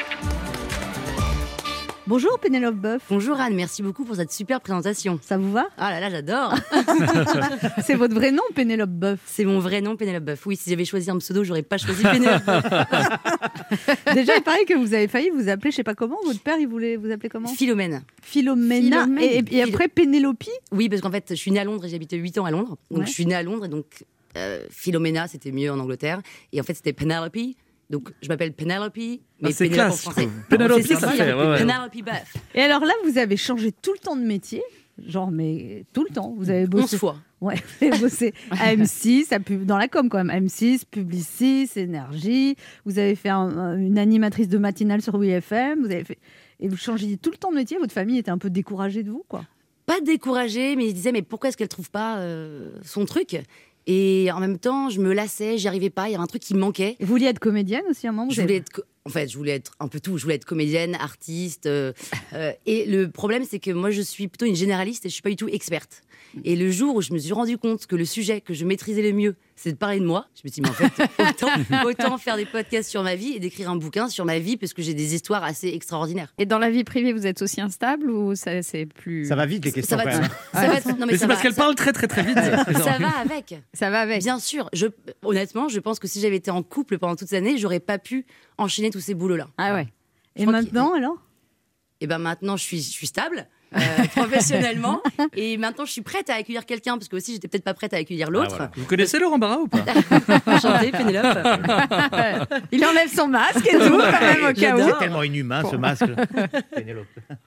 Speaker 2: Bonjour Pénélope Boeuf.
Speaker 9: Bonjour Anne, merci beaucoup pour cette super présentation.
Speaker 2: Ça vous va?
Speaker 9: Ah là là, j'adore.
Speaker 2: C'est votre vrai nom, Pénélope Boeuf?
Speaker 9: C'est mon vrai nom, Pénélope Boeuf. Oui, si j'avais choisi un pseudo, j'aurais pas choisi Pénélope Boeuf.
Speaker 2: Déjà, il paraît que vous avez failli vous appeler, je sais pas comment. Votre père, il voulait vous appeler comment?
Speaker 9: Philomène.
Speaker 2: Philomène. Et, et après Pénélope?
Speaker 9: Oui, parce qu'en fait, je suis née à Londres et j'ai habité huit ans à Londres. Donc
Speaker 2: Ouais.
Speaker 9: je suis née à Londres et donc euh, Philomena, c'était mieux en Angleterre. Et en fait, c'était Penelope. Donc je m'appelle Penelope, mais
Speaker 3: Ah, c'est
Speaker 9: Pénélope
Speaker 3: classe,
Speaker 9: en français.
Speaker 3: je trouve. Pénélope,
Speaker 9: C'est
Speaker 3: ça
Speaker 9: sexy,
Speaker 3: fait,
Speaker 9: hein.
Speaker 3: ouais, ouais.
Speaker 9: Penelope Boeuf.
Speaker 2: Et alors là, vous avez changé tout le temps de métier. Genre, mais tout le temps. Vous avez bossé.
Speaker 9: onze fois.
Speaker 2: Ouais, vous avez bossé à M six, à pub... dans la com quand même. M six, Publicis, Énergie. Vous avez fait un- une animatrice de matinale sur W F M. Vous avez fait... Et vous changez tout le temps de métier. Votre famille était un peu découragée de vous, quoi.
Speaker 9: Pas découragée, mais ils disaient mais pourquoi est-ce qu'elle trouve pas euh, son truc? Et en même temps, je me lassais, j'y arrivais pas, il y avait un truc qui me manquait.
Speaker 2: Et vous vouliez être comédienne aussi à un moment? Vous
Speaker 9: Je
Speaker 2: avez-
Speaker 9: voulais être, co- en fait, je voulais être un peu tout. Je voulais être comédienne, artiste. euh, euh, et le problème, c'est que moi, je suis plutôt une généraliste et je suis pas du tout experte. Et le jour où je me suis rendu compte que le sujet que je maîtrisais le mieux, c'est de parler de moi, je me suis dit, mais en fait, autant, autant faire des podcasts sur ma vie et d'écrire un bouquin sur ma vie parce que j'ai des histoires assez extraordinaires.
Speaker 5: Et dans la vie privée, vous êtes aussi instable ou ça c'est plus
Speaker 4: Ça va vite les questions
Speaker 9: Ça va,
Speaker 4: quand même.
Speaker 9: ça va être- non, mais
Speaker 3: Mais
Speaker 9: ça
Speaker 3: c'est parce
Speaker 9: va-
Speaker 3: qu'elle
Speaker 9: ça-
Speaker 3: parle très très très vite.
Speaker 9: Ça va avec.
Speaker 5: Ça va avec.
Speaker 9: Bien sûr. Je, honnêtement, je pense que si j'avais été en couple pendant toutes ces années, j'aurais pas pu enchaîner tous ces boulots-là.
Speaker 5: Ah ouais.
Speaker 2: Et
Speaker 9: crois
Speaker 2: maintenant, alors?
Speaker 9: Et ben maintenant, je suis, je suis stable. euh, professionnellement et maintenant je suis prête à accueillir quelqu'un parce que aussi j'étais peut-être pas prête à accueillir l'autre.
Speaker 3: Ah, voilà. Vous connaissez Laurent Barra ou pas?
Speaker 9: Enchantée, Pénélope.
Speaker 5: Il enlève son masque et tout, quand même, au cas où.
Speaker 4: C'est tellement inhumain ce masque. Pénélope.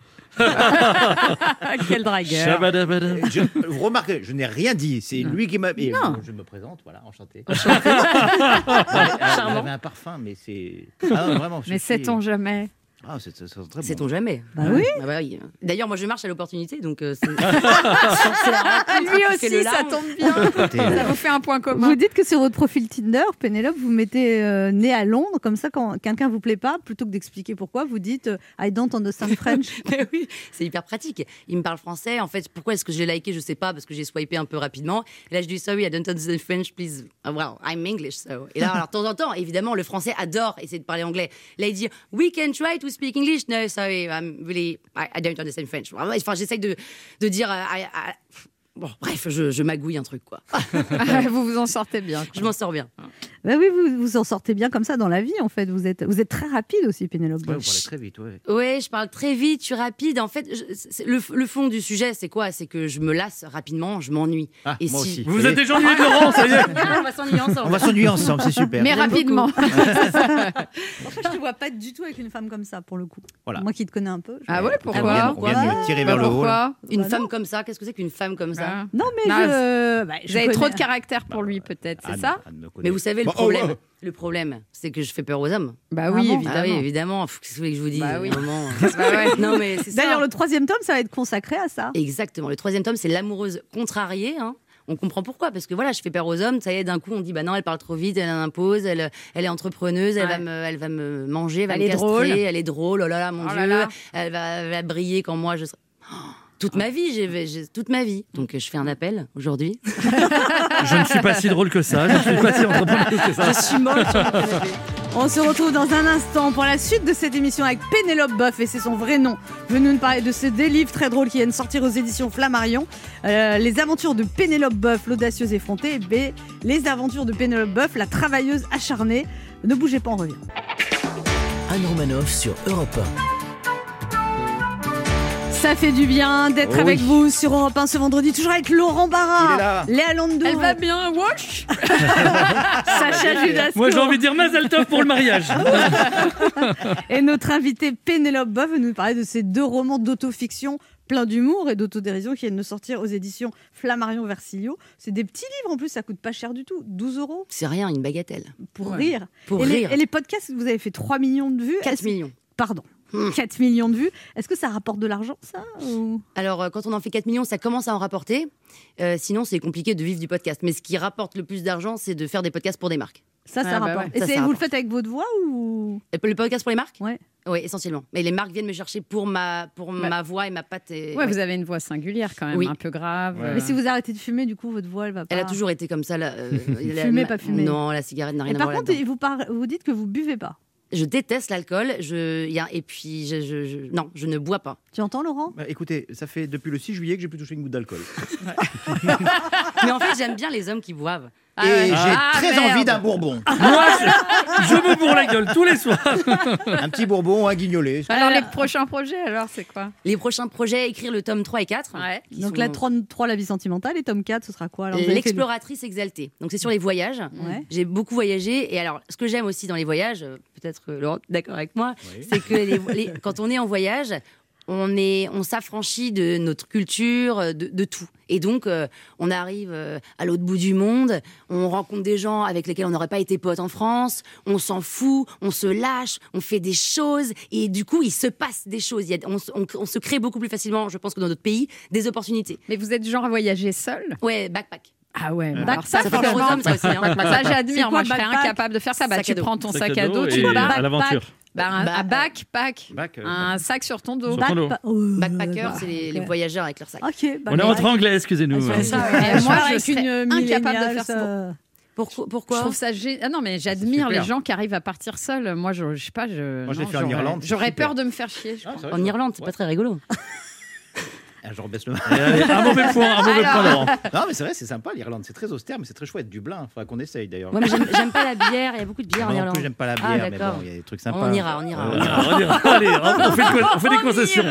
Speaker 5: Quel dragueur.
Speaker 3: Shabadabada.
Speaker 4: Je, vous remarquez, je n'ai rien dit. C'est lui qui m'a. et
Speaker 5: Non.
Speaker 4: Je, je me présente, voilà, enchanté.
Speaker 9: Charmant.
Speaker 4: J'avais un parfum, mais c'est. Ah, non, vraiment. je
Speaker 5: Mais
Speaker 4: suis-
Speaker 5: sait-on jamais?
Speaker 4: Ah, c'est c'est- c'est très bon.
Speaker 9: Sait-on jamais.
Speaker 2: Bah oui.
Speaker 9: Ah bah oui. D'ailleurs, moi je marche à l'opportunité donc euh, c'est. c'est la rencontre
Speaker 5: Lui
Speaker 9: qui fait le
Speaker 5: aussi, ça
Speaker 9: larme.
Speaker 5: tombe bien.
Speaker 4: Écoutez,
Speaker 5: Ça vous fait un point commun.
Speaker 2: Vous dites que sur votre profil Tinder, Pénélope, vous mettez euh, né à Londres, comme ça, quand quelqu'un vous plaît pas, plutôt que d'expliquer pourquoi, vous dites euh, I don't understand French.
Speaker 9: Mais oui, c'est hyper pratique. Il me parle français. En fait, pourquoi est-ce que je l'ai liké? Je sais pas, parce que j'ai swipé un peu rapidement. Et là, je dis sorry, I don't understand French, please. Oh, well, I'm English, so. Et là, alors, de temps en temps, évidemment, le français adore essayer de parler anglais. Là, il dit we can try to speak English. No, sorry, I'm really, I, I don't understand French. Enfin, j'essaye de, de dire. I- I- Bon, bref, je, je magouille un truc, quoi.
Speaker 5: Vous vous en sortez bien.
Speaker 9: Je m'en sors bien.
Speaker 2: Bah oui, vous vous en sortez bien comme ça dans la vie, en fait. Vous êtes, vous êtes très rapide aussi, Pénélope.
Speaker 4: Ouais, vous parlez très vite, ouais.
Speaker 9: Ouais, je parle très vite, je suis rapide. En fait, je- c'est- le, le fond du sujet, c'est quoi? C'est que je me lasse rapidement, je m'ennuie.
Speaker 4: Ah,
Speaker 9: Et
Speaker 4: moi
Speaker 9: si-
Speaker 4: aussi.
Speaker 3: Vous êtes déjà ennuyé de Laurent, ça y est.
Speaker 9: Ah, on va s'ennuyer ensemble.
Speaker 4: On va s'ennuyer ensemble, c'est super.
Speaker 5: Mais rapidement.
Speaker 2: En fait, je te vois pas du tout avec une femme comme ça, pour le coup.
Speaker 4: Voilà.
Speaker 2: Moi qui te connais un peu. je-
Speaker 5: Ah ouais,
Speaker 4: On vient,
Speaker 5: pourquoi
Speaker 4: on vient de me tirer vers le haut. là.
Speaker 5: Pourquoi
Speaker 9: Une
Speaker 2: Bah
Speaker 9: femme
Speaker 2: non.
Speaker 9: comme ça, qu'est-ce que c'est qu'une femme comme ça?
Speaker 5: Ah.
Speaker 2: Non, mais
Speaker 5: Non,
Speaker 2: je... bah, je
Speaker 5: Vous avez
Speaker 2: connais-
Speaker 5: trop de caractère pour lui, peut-être, c'est
Speaker 4: Anne-
Speaker 5: ça?
Speaker 4: Anne me connaît.
Speaker 9: Mais vous savez, le
Speaker 4: Bon, oh,
Speaker 9: problème,
Speaker 4: oh.
Speaker 9: le problème, c'est que je fais peur aux hommes.
Speaker 5: Bah
Speaker 2: Ah
Speaker 5: oui,
Speaker 2: bon
Speaker 5: évidemment.
Speaker 9: Ah oui, évidemment. Faut- Qu'est-ce que vous voulez que je vous dise?
Speaker 5: Bah oui.
Speaker 9: à un moment,
Speaker 5: Bah ouais.
Speaker 9: Non, mais c'est ça.
Speaker 2: D'ailleurs, le troisième tome, ça va être consacré à ça.
Speaker 9: Exactement. Le troisième tome, c'est l'amoureuse contrariée. Hein. On comprend pourquoi, parce que voilà, je fais peur aux hommes. Ça y est, d'un coup, on dit bah non, elle parle trop vite, elle en impose, elle, elle est entrepreneuse, elle
Speaker 5: Ouais.
Speaker 9: va me, elle va me manger, elle va
Speaker 5: Elle
Speaker 9: me
Speaker 5: est
Speaker 9: castrer,
Speaker 5: drôle.
Speaker 9: elle est drôle. Oh là là, mon
Speaker 5: Oh
Speaker 9: dieu,
Speaker 5: là là.
Speaker 9: Elle, va, elle va briller quand moi je serai. Oh, toute ma vie, j'ai, j'ai- toute ma vie. Donc je fais un appel aujourd'hui.
Speaker 3: Je ne suis pas si drôle que ça. Je ne suis pas si entrepreneuse que ça.
Speaker 9: Je suis molle sur mon canapé.
Speaker 2: On se retrouve dans un instant pour la suite de cette émission avec Pénélope Boeuf, et c'est son vrai nom. Venu nous parler de ces deux livres très drôles qui viennent sortir aux éditions Flammarion. Euh, les aventures de Pénélope Boeuf, l'audacieuse effrontée, et B, les aventures de Pénélope Boeuf, la travailleuse acharnée. Ne bougez pas, on revient.
Speaker 1: Anne Romanoff sur Europe un.
Speaker 2: Ça fait du bien d'être
Speaker 4: Oh
Speaker 2: avec
Speaker 4: oui.
Speaker 2: vous sur Europe un ce vendredi, toujours avec Laurent
Speaker 4: Il est là.
Speaker 2: Barra, Léa Landau,
Speaker 5: Elle va bien, wash.
Speaker 2: Sacha Judasco
Speaker 3: Moi, j'ai envie de dire Mazel Tov pour le mariage.
Speaker 2: et notre invité Pénélope Boeuf va nous parler de ces deux romans d'autofiction plein d'humour et d'autodérision qui viennent de sortir aux éditions Flammarion Versilio. C'est des petits livres en plus, ça coûte pas cher du tout, douze euros
Speaker 9: C'est rien, une bagatelle.
Speaker 2: pour
Speaker 5: Ouais.
Speaker 2: rire.
Speaker 9: Pour
Speaker 2: et,
Speaker 9: rire.
Speaker 2: Les, et les podcasts, vous avez fait trois millions de vues.
Speaker 9: quatre
Speaker 2: Est-ce-
Speaker 9: millions.
Speaker 2: Pardon. quatre millions de vues. Est-ce que ça rapporte de l'argent, ça ou...
Speaker 9: Alors, euh, quand on en fait quatre millions, ça commence à en rapporter. Euh, sinon, c'est compliqué de vivre du podcast. Mais ce qui rapporte le plus d'argent, c'est de faire des podcasts pour des marques.
Speaker 2: Ça, ça
Speaker 5: Ah, bah
Speaker 2: rapporte.
Speaker 5: ouais.
Speaker 2: Et
Speaker 9: Ça,
Speaker 2: c'est-
Speaker 9: ça
Speaker 2: vous le
Speaker 9: rapporte.
Speaker 2: faites avec votre voix ou...
Speaker 9: Et le podcast pour les marques
Speaker 2: Ouais.
Speaker 9: Oui, essentiellement. Mais les marques viennent me chercher pour ma, pour
Speaker 5: Bah.
Speaker 9: ma voix et ma patte. Et...
Speaker 5: Ouais,
Speaker 9: ouais.
Speaker 5: vous avez une voix singulière quand même,
Speaker 9: Oui.
Speaker 5: un peu grave.
Speaker 3: Ouais.
Speaker 5: euh.
Speaker 2: Mais si vous arrêtez de fumer, du coup, votre voix, elle va pas...
Speaker 9: Elle a toujours été comme ça. Là, euh, la-
Speaker 2: Fumer,
Speaker 9: ma-
Speaker 2: pas fumer.
Speaker 9: Non, la cigarette n'a rien
Speaker 2: Et
Speaker 9: à
Speaker 2: par
Speaker 9: voir
Speaker 2: contre,
Speaker 9: là-dedans.
Speaker 2: vous, par- vous dites que vous buvez pas.
Speaker 9: Je déteste l'alcool. Je... y a- Et puis, je, je- je- non, je ne bois pas.
Speaker 2: Tu entends, Laurent?
Speaker 4: Bah, écoutez, ça fait depuis le six juillet que j'ai plus touché une goutte d'alcool.
Speaker 9: Mais en fait, j'aime bien les hommes qui boivent.
Speaker 5: Ah
Speaker 4: Et
Speaker 5: ouais.
Speaker 4: j'ai
Speaker 5: Ah,
Speaker 4: très
Speaker 5: merde.
Speaker 4: envie d'un bourbon.
Speaker 3: Moi, je, je me bourre la gueule tous les soirs.
Speaker 4: Un petit bourbon, un guignolé.
Speaker 5: Alors, les prochains projets, alors, c'est quoi?
Speaker 9: Les prochains projets, écrire le tome trois et quatre.
Speaker 5: Ouais.
Speaker 9: qui
Speaker 2: Donc
Speaker 9: sont
Speaker 2: là, trois, la vie sentimentale, et tome quatre, ce sera quoi alors, vous avez fait le-
Speaker 9: L'exploratrice exaltée. Donc c'est sur les voyages.
Speaker 2: Ouais.
Speaker 9: J'ai beaucoup voyagé et alors ce que j'aime aussi dans les voyages, euh, peut-être que Laurent est d'accord avec moi, c'est que les- les- quand on est en voyage, on est, on s'affranchit de notre culture, de, de tout. Et donc euh, on arrive euh, à l'autre bout du monde, on rencontre des gens avec lesquels on n'aurait pas été potes en France, on s'en fout, on se lâche, on fait des choses et du coup il se passe des choses. Il y a- on, se- on- on se crée beaucoup plus facilement, je pense que dans notre pays, des opportunités.
Speaker 5: Mais vous êtes du genre à voyager seul?
Speaker 9: Ouais, backpack.
Speaker 5: Ah ouais,
Speaker 2: Backpack,
Speaker 5: alors ça,
Speaker 9: ça fait peur aux
Speaker 5: franchement,
Speaker 9: hommes, ça aussi, hein.
Speaker 5: ça
Speaker 2: C'est
Speaker 5: j'admire.
Speaker 2: quoi,
Speaker 5: Moi, je serais
Speaker 2: backpack?
Speaker 5: incapable de faire ça. Bah,
Speaker 9: Sac
Speaker 5: tu
Speaker 9: à dos.
Speaker 5: prends ton
Speaker 3: Sac
Speaker 5: sac
Speaker 3: à
Speaker 5: à
Speaker 3: dos
Speaker 5: dos, tu
Speaker 3: et
Speaker 5: pars.
Speaker 3: à l'aventure.
Speaker 5: Bah, un,
Speaker 9: Bah,
Speaker 5: un backpack,
Speaker 3: Back, euh,
Speaker 5: un sac sur ton dos.
Speaker 3: Sur ton dos.
Speaker 2: Backpa- euh,
Speaker 9: Backpacker,
Speaker 2: bah,
Speaker 9: c'est les, les
Speaker 2: ok.
Speaker 9: voyageurs avec leur sac.
Speaker 2: Ok, bah,
Speaker 3: On est
Speaker 2: bah,
Speaker 3: rentré anglais, excusez-nous.
Speaker 2: Ah, c'est ça,
Speaker 5: Mais
Speaker 2: ouais.
Speaker 5: moi,
Speaker 2: Je parle
Speaker 5: je
Speaker 2: avec
Speaker 5: serais
Speaker 2: une
Speaker 5: incapable de
Speaker 2: milléniale,
Speaker 5: faire
Speaker 2: ça.
Speaker 9: Pourquoi,
Speaker 5: Je
Speaker 9: pourquoi
Speaker 5: trouve ça gé- ah non mais j'admire
Speaker 4: super.
Speaker 5: les gens qui arrivent à partir seuls. Moi je, je sais pas, je
Speaker 4: Moi, je l'ai
Speaker 5: non,
Speaker 4: fait en
Speaker 5: j'aurais-
Speaker 4: Irlande, c'est
Speaker 5: J'aurais
Speaker 4: super.
Speaker 5: peur de me faire chier. je
Speaker 4: Ah,
Speaker 5: pense.
Speaker 4: c'est vrai,
Speaker 9: En
Speaker 4: ça.
Speaker 9: Irlande, c'est pas très rigolo.
Speaker 4: Ah, je rebaisse le.
Speaker 3: Et allez, un mauvais point, un mauvais point, Laurent.
Speaker 4: Non, mais c'est vrai, c'est sympa l'Irlande. C'est très austère, mais c'est très chouette. Dublin, faudra qu'on essaye d'ailleurs.
Speaker 9: Ouais, mais j'aime j'aime pas la bière, il y a beaucoup de bière
Speaker 4: Moi
Speaker 9: en
Speaker 4: non
Speaker 9: Irlande.
Speaker 4: plus, j'aime pas la
Speaker 9: Ah,
Speaker 4: bière, mais
Speaker 9: d'accord.
Speaker 4: bon, il y a des trucs sympas.
Speaker 9: On ira, on ira.
Speaker 3: On ira, on ira. Allez, on fait, des co- on fait des concessions.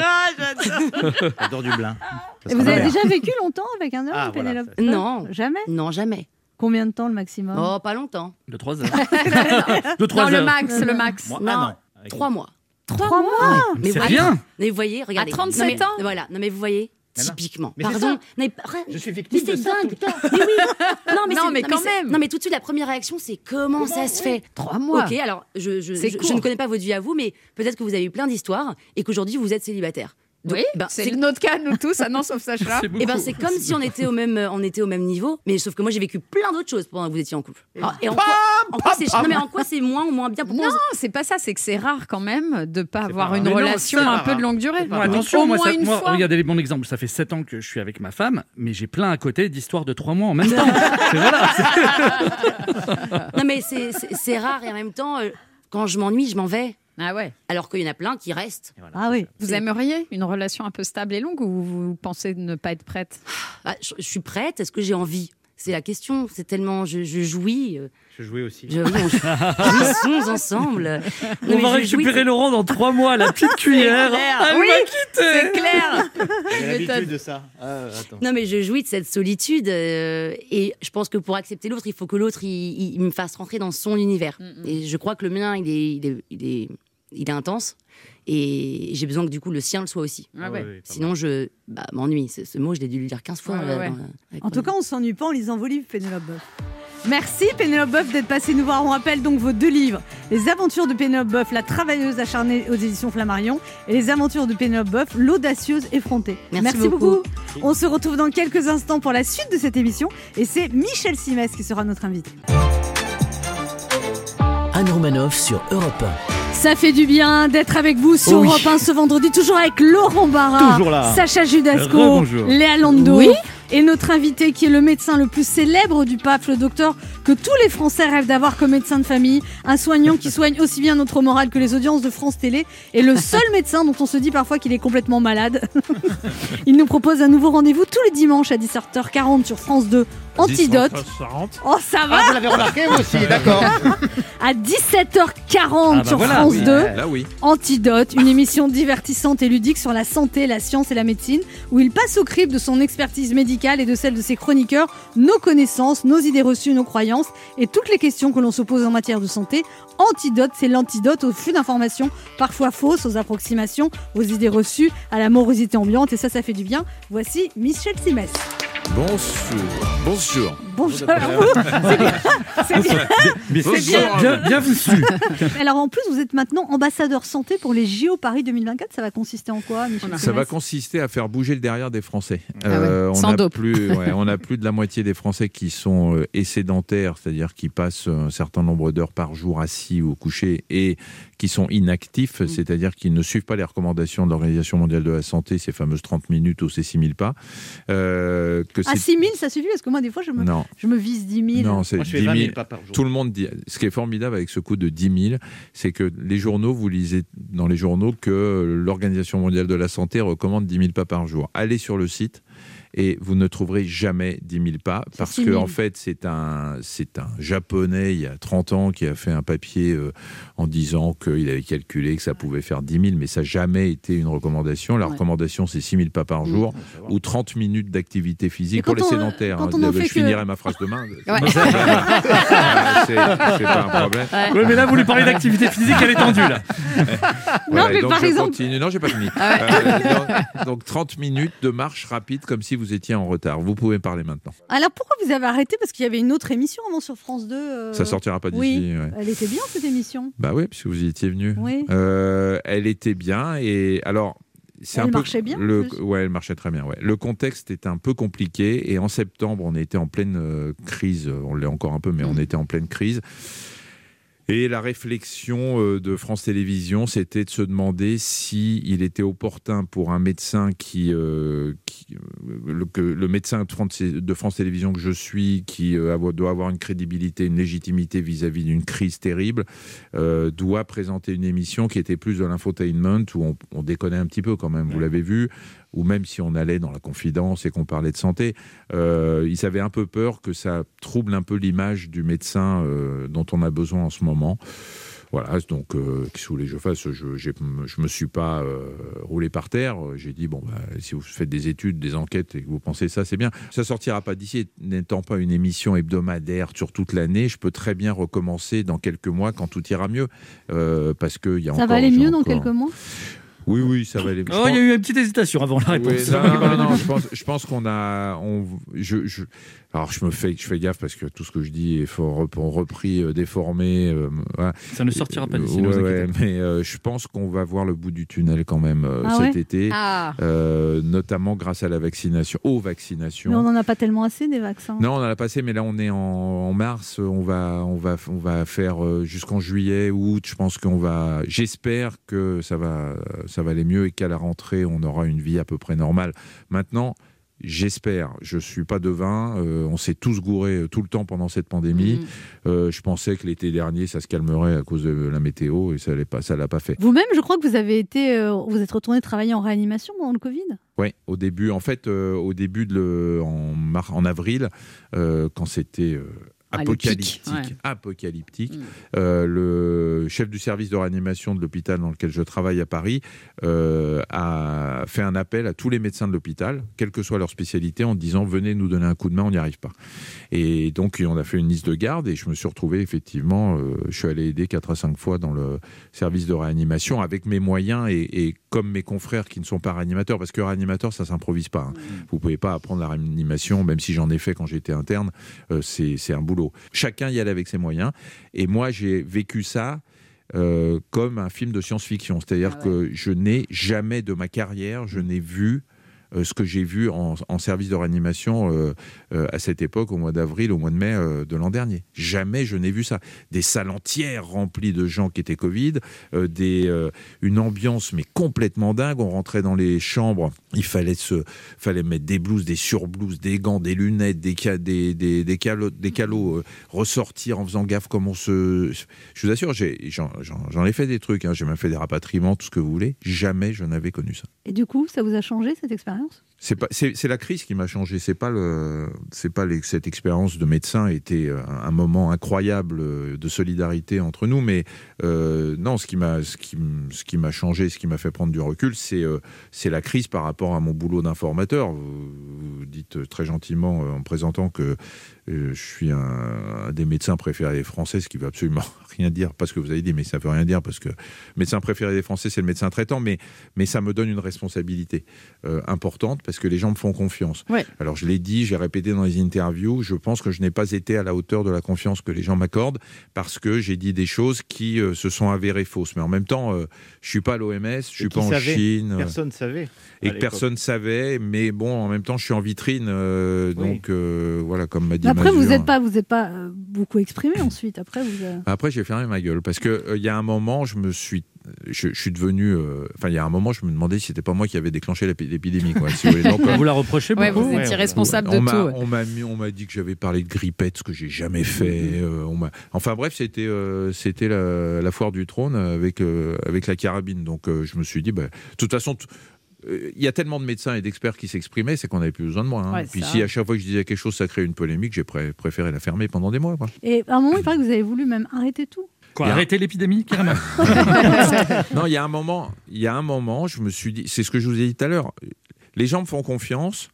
Speaker 4: J'adore Dublin. Ça
Speaker 2: Et
Speaker 4: sera
Speaker 2: vous avez
Speaker 4: ma mère.
Speaker 2: déjà vécu longtemps avec un homme,
Speaker 4: Ah, voilà,
Speaker 2: Pénélope?
Speaker 9: ça. Non.
Speaker 2: Jamais?
Speaker 9: Non, jamais.
Speaker 2: Combien de temps le maximum?
Speaker 9: Oh, pas longtemps.
Speaker 3: De trois heures. De trois
Speaker 5: Non, le
Speaker 3: heures.
Speaker 5: max, le max.
Speaker 4: Moi,
Speaker 9: Non,
Speaker 4: un an. Avec
Speaker 9: Trois
Speaker 4: une-
Speaker 9: mois.
Speaker 2: Trois mois.
Speaker 3: Mais c'est
Speaker 9: vous-
Speaker 3: rien.
Speaker 9: Mais vous voyez, regardez.
Speaker 5: trente-sept
Speaker 9: Non, mais-
Speaker 5: ans
Speaker 9: Voilà, non mais vous voyez,
Speaker 4: Mais non.
Speaker 9: typiquement.
Speaker 4: Mais c'est
Speaker 9: Pardon.
Speaker 4: ça.
Speaker 9: Non, mais,
Speaker 4: Je suis
Speaker 9: mais
Speaker 4: victime
Speaker 9: c'est
Speaker 4: de ça tout
Speaker 9: dingue.
Speaker 4: le temps.
Speaker 9: Mais oui. Non, mais,
Speaker 5: Non,
Speaker 9: c'est-
Speaker 5: mais quand
Speaker 9: c'est-
Speaker 5: même.
Speaker 9: Non, mais tout de suite, la première réaction, c'est comment, ça se fait
Speaker 5: Trois mois.
Speaker 9: Ok, alors je, je,
Speaker 5: C'est
Speaker 9: je,
Speaker 5: court.
Speaker 9: je ne connais pas votre vie à vous, mais peut-être que vous avez eu plein d'histoires et qu'aujourd'hui vous êtes célibataire. Donc,
Speaker 5: Oui,
Speaker 9: ben,
Speaker 5: c'est notre cas, nous tous. Ah non, sauf Sacha.
Speaker 3: C'est
Speaker 9: Et ben
Speaker 3: beaucoup.
Speaker 9: c'est comme si on était au même euh, on était au même niveau, mais sauf que moi j'ai vécu plein d'autres choses pendant que vous étiez en couple. Alors, et en quoi, en quoi c'est non mais en quoi c'est moins ou moins bien pour
Speaker 5: Non, c'est pas ça. C'est que c'est rare quand même de pas avoir
Speaker 4: pas
Speaker 5: une
Speaker 4: rare.
Speaker 3: Mais non,
Speaker 5: relation
Speaker 3: c'est
Speaker 5: un
Speaker 3: pas
Speaker 5: peu
Speaker 3: rare.
Speaker 5: de longue durée.
Speaker 3: Bon, attention,
Speaker 5: Au
Speaker 3: moi,
Speaker 5: moins
Speaker 3: ça-
Speaker 5: une
Speaker 3: moi,
Speaker 5: fois.
Speaker 3: regardez mon exemple. Ça fait sept ans que je suis avec ma femme, mais j'ai plein à côté d'histoires de trois mois en même temps. C'est voilà. c'est-
Speaker 9: Non mais c'est c'est- c'est rare et en même temps euh, quand je m'ennuie, je m'en vais.
Speaker 5: Ah ouais.
Speaker 9: Alors qu'il y en a plein qui restent.
Speaker 2: Ah oui.
Speaker 5: Vous
Speaker 9: C'est-
Speaker 5: aimeriez une relation un peu stable et longue ou vous pensez ne pas être prête?
Speaker 9: Ah, je, je suis prête, est-ce que j'ai envie? C'est la question, c'est tellement je, je jouis. euh,
Speaker 4: Je jouais aussi.
Speaker 9: Je, oui, on jouissons ensemble. Non,
Speaker 3: On
Speaker 9: mais
Speaker 3: va
Speaker 9: je jouis,
Speaker 3: récupérer Laurent dans trois mois, la petite cuillère.
Speaker 5: clair.
Speaker 3: Elle
Speaker 5: Oui,
Speaker 3: m'a quitté.
Speaker 5: C'est clair.
Speaker 4: J'ai l'habitude de ça. Ah, attends.
Speaker 9: Non, mais je jouis de cette solitude euh, et je pense que pour accepter l'autre, il faut que l'autre il, il- il me fasse rentrer dans son univers. Et je crois que le mien, il est, il est, il est, il est intense et j'ai besoin que du coup le sien le soit aussi.
Speaker 5: Ah ouais.
Speaker 9: Sinon, je bah, m'ennuie. Ce, ce mot, je l'ai dû le dire quinze fois.
Speaker 5: Ouais,
Speaker 9: euh,
Speaker 5: ouais.
Speaker 9: dans la- avec
Speaker 2: En tout
Speaker 9: moi.
Speaker 2: cas, on s'ennuie pas en lisant vos livres, Pénélope Boeuf. Merci Pénélope Boeuf d'être passée nous voir. On rappelle donc vos deux livres, Les aventures de Pénélope Boeuf, la travailleuse acharnée aux éditions Flammarion, et Les aventures de Pénélope Boeuf, l'audacieuse effrontée.
Speaker 9: Merci
Speaker 2: beaucoup.
Speaker 9: beaucoup.
Speaker 2: On se retrouve dans quelques instants pour la suite de cette émission et c'est Michel Simès qui sera notre invité.
Speaker 1: Anne Romanoff sur Europe un.
Speaker 2: Ça fait du bien d'être avec vous sur
Speaker 3: Oh oui.
Speaker 2: Europe un ce vendredi, toujours avec Laurent Barra,
Speaker 4: Toujours là.
Speaker 2: Sacha Judasco,
Speaker 3: Rebonjour.
Speaker 2: Léa Lando
Speaker 5: Oui.
Speaker 2: et notre invité qui est le médecin le plus célèbre du P A F, le docteur que tous les Français rêvent d'avoir comme médecin de famille, un soignant qui soigne aussi bien notre morale que les audiences de France Télé et le seul médecin dont on se dit parfois qu'il est complètement malade. Il nous propose un nouveau rendez-vous tous les dimanches à dix-sept heures quarante sur France deux, Antidote. Oh ça va,
Speaker 4: Ah, vous l'avez remarqué, vous aussi, d'accord.
Speaker 2: à dix-sept heures quarante
Speaker 3: Ah bah
Speaker 2: sur
Speaker 3: voilà,
Speaker 2: France
Speaker 3: oui.
Speaker 2: deux.
Speaker 10: Là, oui.
Speaker 2: Antidote, une émission divertissante et ludique sur la santé, la science et la médecine, où il passe au crible de son expertise médicale et de celle de ses chroniqueurs, nos connaissances, nos idées reçues, nos croyances et toutes les questions que l'on se pose en matière de santé. Antidote, c'est l'antidote au flux d'informations, parfois fausses, aux approximations, aux idées reçues, à la morosité ambiante, et ça, ça fait du bien. Voici Michel Simès.
Speaker 10: Bonjour. Bonjour.
Speaker 2: Bonjour. C'est bien. C'est bien.
Speaker 3: Mais
Speaker 2: C'est
Speaker 3: c'est
Speaker 2: bien.
Speaker 3: bien, bien, bien su.
Speaker 2: Alors en plus, vous êtes maintenant ambassadeur santé pour les J O Paris deux mille vingt-quatre. Ça va consister en quoi, Michel
Speaker 10: Ça
Speaker 2: Simès
Speaker 10: va consister à faire bouger le derrière des Français.
Speaker 5: Ah ouais.
Speaker 10: Euh,
Speaker 5: Sans
Speaker 10: on, a
Speaker 5: dope.
Speaker 10: plus, ouais, on a plus de la moitié des Français qui sont euh, et sédentaires, c'est-à-dire qui passent un certain nombre d'heures par jour assis ou couchés, et qui sont inactifs,
Speaker 2: Mmh.
Speaker 10: c'est-à-dire qui ne suivent pas les recommandations de l'Organisation mondiale de la santé, ces fameuses trente minutes ou ces six mille pas. Euh, que
Speaker 2: À
Speaker 10: c'est-
Speaker 2: six mille, ça suffit parce que moi, des fois, je me,
Speaker 10: Non.
Speaker 2: je me vise dix mille.
Speaker 10: Non, c'est
Speaker 4: Moi, je fais
Speaker 10: dix
Speaker 4: vingt
Speaker 10: mille.
Speaker 4: mille pas par jour.
Speaker 10: Tout le monde dit. Ce qui est formidable avec ce coût de dix mille, c'est que les journaux, vous lisez dans les journaux que l'Organisation mondiale de la santé recommande dix mille pas par jour. Allez sur le site et vous ne trouverez jamais dix mille pas
Speaker 2: C'est
Speaker 10: parce
Speaker 2: six
Speaker 10: que
Speaker 2: mille.
Speaker 10: en fait, c'est un, c'est un Japonais il y a trente ans qui a fait un papier euh, en disant qu'il avait calculé que ça pouvait faire dix mille, mais ça n'a jamais été une recommandation. La
Speaker 2: Ouais.
Speaker 10: recommandation, c'est six mille pas par jour ou trente minutes d'activité
Speaker 2: Et
Speaker 10: physique
Speaker 2: quand
Speaker 10: pour les
Speaker 2: on, euh,
Speaker 10: sédentaires.
Speaker 2: quand
Speaker 10: hein.
Speaker 2: on en
Speaker 10: Je
Speaker 2: fait
Speaker 10: finirai
Speaker 2: que-
Speaker 10: ma phrase demain.
Speaker 5: Ouais.
Speaker 10: Ah, c'est c'est pas un problème.
Speaker 3: Oui, mais là, vous lui parlez d'activité physique, elle est tendue, là.
Speaker 10: Voilà,
Speaker 2: mais
Speaker 10: et donc
Speaker 2: par
Speaker 10: je
Speaker 2: exemple-
Speaker 10: continue. Non, j'ai pas fini. Euh, donc, donc trente minutes de marche rapide comme si vous étiez en retard. Vous pouvez parler maintenant.
Speaker 2: Alors pourquoi vous avez arrêté? Parce qu'il y avait une autre émission avant sur France deux. euh,
Speaker 10: Ça sortira pas d'ici.
Speaker 2: Oui,
Speaker 10: ouais.
Speaker 2: elle était bien cette émission.
Speaker 10: Bah oui, puisque vous y étiez venu.
Speaker 2: Oui.
Speaker 10: Euh, elle était bien et alors. C'est
Speaker 2: Elle
Speaker 10: un peu,
Speaker 2: marchait bien, en
Speaker 10: Le,
Speaker 2: plus.
Speaker 10: ouais, elle marchait très bien. Ouais. Le contexte était un peu compliqué et en septembre, on était en pleine euh, crise. On l'est encore un peu, mais on était en pleine crise. Et la réflexion euh, de France Télévisions, c'était de se demander si il était opportun pour un médecin qui, euh, qui euh, le, que, le médecin de France, de France Télévisions que je suis, qui euh, avo- doit avoir une crédibilité, une légitimité vis-à-vis d'une crise terrible, euh, doit présenter une émission qui était plus de l'infotainment, où on, on déconnait un petit peu quand même, vous l'avez vu, ou même si on allait dans la confidence et qu'on parlait de santé, euh, ils avaient un peu peur que ça trouble un peu l'image du médecin euh, dont on a besoin en ce moment. Voilà, donc, euh, qu'est-ce que vous voulez que je fasse? Je ne me suis pas euh, roulé par terre. J'ai dit, bon, bah, si vous faites des études, des enquêtes et que vous pensez ça, c'est bien. Ça sortira pas d'ici. N'étant pas une émission hebdomadaire sur toute l'année, je peux très bien recommencer dans quelques mois quand tout ira mieux. Euh, parce que y a
Speaker 2: Ça
Speaker 10: encore,
Speaker 2: va aller
Speaker 10: j'ai
Speaker 2: mieux dans
Speaker 10: encore-
Speaker 2: quelques mois?
Speaker 10: Oui, oui, ça va aller.
Speaker 3: Oh, il y a eu une petite hésitation avant la réponse.
Speaker 10: Oui, non, non, non, je pense, je pense qu'on a. On, je, je, alors, je me fais, je fais gaffe parce que tout ce que je dis est fort, repris, euh, déformé. Euh, voilà.
Speaker 3: Ça ne sortira pas d'ici.
Speaker 10: Ouais,
Speaker 3: ne vous
Speaker 10: ouais,
Speaker 3: inquiétez pas.
Speaker 10: mais euh, je pense qu'on va voir le bout du tunnel quand même euh,
Speaker 2: Ah
Speaker 10: cet
Speaker 2: ouais
Speaker 10: été,
Speaker 5: Ah.
Speaker 10: euh, notamment grâce à la vaccination, aux vaccinations.
Speaker 2: Mais on n'en a pas tellement assez des vaccins.
Speaker 10: Non, on en a passé, mais là on est en, en mars. On va, on va, on va faire euh, jusqu'en juillet, août. Je pense qu'on va. J'espère que ça va, ça va aller mieux et qu'à la rentrée on aura une vie à peu près normale. Maintenant. J'espère, je ne suis pas devin, euh, on s'est tous gourés euh, tout le temps pendant cette pandémie.
Speaker 5: Mmh.
Speaker 10: Euh, je pensais que l'été dernier, ça se calmerait à cause de la météo et ça ne pas, ça l'a pas fait.
Speaker 2: Vous-même, je crois que vous avez été, euh, vous êtes retourné travailler en réanimation pendant le Covid.
Speaker 10: Oui, au début, en fait, euh, au début, de le, en, mar- en avril, euh, quand c'était euh,
Speaker 5: Ah, le
Speaker 10: apocalyptique,
Speaker 5: pic, ouais.
Speaker 10: apocalyptique
Speaker 5: Mm.
Speaker 10: euh, le chef du service de réanimation de l'hôpital dans lequel je travaille à Paris euh, a fait un appel à tous les médecins de l'hôpital, quelle que soit leur spécialité, en disant venez nous donner un coup de main, on n'y arrive pas. Et donc on a fait une liste de garde et je me suis retrouvé effectivement, euh, je suis allé aider quatre à cinq fois dans le service de réanimation avec mes moyens et, et comme mes confrères qui ne sont pas réanimateurs, parce que réanimateur ça s'improvise pas. Hein.
Speaker 5: Mm.
Speaker 10: Vous pouvez pas apprendre la réanimation, même si j'en ai fait quand j'étais interne, euh, c'est, c'est un boulot. Chacun y allait avec ses moyens. Et moi, j'ai vécu ça euh, comme un film de science-fiction. C'est-à-dire
Speaker 5: Ah ouais.
Speaker 10: que je n'ai jamais de ma carrière, je n'ai vu euh, ce que j'ai vu en, en service de réanimation euh, euh, à cette époque, au mois d'avril, au mois de mai euh, de l'an dernier. Jamais je n'ai vu ça. Des salles entières remplies de gens qui étaient Covid, euh, des, euh, une ambiance mais complètement dingue. On rentrait dans les chambres, il fallait, se, fallait mettre des blouses, des surblouses, des gants, des lunettes, des, ca- des, des, des calots, des calots euh, ressortir en faisant gaffe comme on se... Je vous assure, j'ai, j'en, j'en, j'en ai fait des trucs, hein. J'ai même fait des rapatriements, tout ce que vous voulez. Jamais je n'avais connu ça.
Speaker 2: Et du coup, ça vous a changé cette expérience?
Speaker 10: C'est pas, c'est, c'est la crise qui m'a changé. C'est pas le, c'est pas les, cette expérience de médecin était un, un moment incroyable de solidarité entre nous, mais euh, non, ce qui m'a, ce qui, ce qui m'a changé, ce qui m'a fait prendre du recul, c'est, euh, c'est la crise par rapport à mon boulot d'informateur. Vous, vous dites très gentiment euh, en présentant que euh, je suis un, un des médecins préférés des Français, ce qui veut absolument rien dire, parce que vous avez dit, mais ça veut rien dire parce que médecin préféré des Français, c'est le médecin traitant, mais mais ça me donne une responsabilité euh, importante. importante parce que les gens me font confiance.
Speaker 2: Ouais.
Speaker 10: Alors je l'ai dit, j'ai répété dans les interviews, je pense que je n'ai pas été à la hauteur de la confiance que les gens m'accordent parce que j'ai dit des choses qui euh, se sont avérées fausses. Mais en même temps, euh, je suis pas à l'O M S, je suis pas en
Speaker 4: savait
Speaker 10: Chine.
Speaker 4: Personne ne savait.
Speaker 10: Et que personne savait, mais bon, en même temps, je suis en vitrine, euh,
Speaker 2: Oui.
Speaker 10: donc euh, voilà, comme m'a dit
Speaker 2: Mais après,
Speaker 10: Mazur.
Speaker 2: vous n'êtes pas, vous êtes pas euh, beaucoup exprimé ensuite. Après, vous. euh,
Speaker 10: Après, j'ai fermé ma gueule parce que il euh, y a un moment, je me suis, je, je suis devenu, enfin, il y a un moment, je me demandais si c'était pas moi qui avait déclenché l'épi- l'épidémie, quoi. Si vous voulez. Donc,
Speaker 3: On vous la reprochez
Speaker 5: Ouais,
Speaker 3: beaucoup.
Speaker 5: vous étiez responsable
Speaker 10: on
Speaker 5: de
Speaker 10: m'a-
Speaker 5: tout. ouais.
Speaker 10: On m'a mis- on m'a dit que j'avais parlé de grippette, ce que j'ai jamais fait. euh, on m'a- enfin bref, c'était, euh, c'était la, la foire du trône avec euh, avec la carabine. Donc euh, je me suis dit, bah, de toute façon. T- Il y a tellement de médecins et d'experts qui s'exprimaient, c'est qu'on n'avait plus besoin de moi. Hein.
Speaker 2: Ouais,
Speaker 10: Puis
Speaker 2: ça.
Speaker 10: si à chaque fois que je disais quelque chose, ça créait une polémique, j'ai pré- préféré la fermer pendant des mois. Quoi.
Speaker 2: Et à un moment, il paraît que vous avez voulu même arrêter tout.
Speaker 3: Quoi,
Speaker 10: Il y a-
Speaker 3: arrêter l'épidémie, carrément.
Speaker 10: Non, il y a un moment, il y a un moment, je me suis dit, c'est ce que je vous ai dit tout à l'heure. Les gens me font confiance.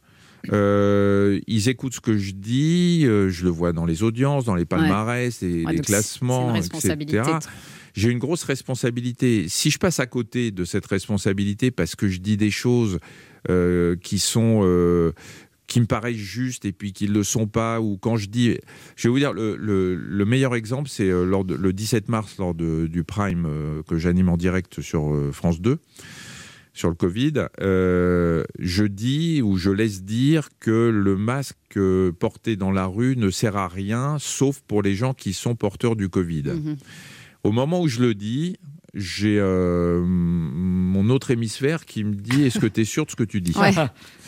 Speaker 10: Euh, ils écoutent ce que je dis, euh, je le vois dans les audiences, dans les palmarès, et
Speaker 5: Ouais,
Speaker 10: les
Speaker 5: donc
Speaker 10: classements,
Speaker 5: c'est une
Speaker 10: et
Speaker 5: responsabilité.
Speaker 10: cetera. J'ai une grosse responsabilité. Si je passe à côté de cette responsabilité parce que je dis des choses euh, qui sont euh, qui me paraissent justes et puis qui ne le sont pas, ou quand je dis, je vais vous dire le, le, le meilleur exemple, c'est euh, lors de, le dix-sept mars lors de, du Prime euh, que j'anime en direct sur euh, France deux. Sur le Covid, euh, je dis ou je laisse dire que le masque euh, porté dans la rue ne sert à rien, sauf pour les gens qui sont porteurs du Covid.
Speaker 5: Mhm.
Speaker 10: Au moment où je le dis, j'ai euh, mon autre hémisphère qui me dit « Est-ce que tu es sûr de ce que tu dis
Speaker 5: Ouais. ?»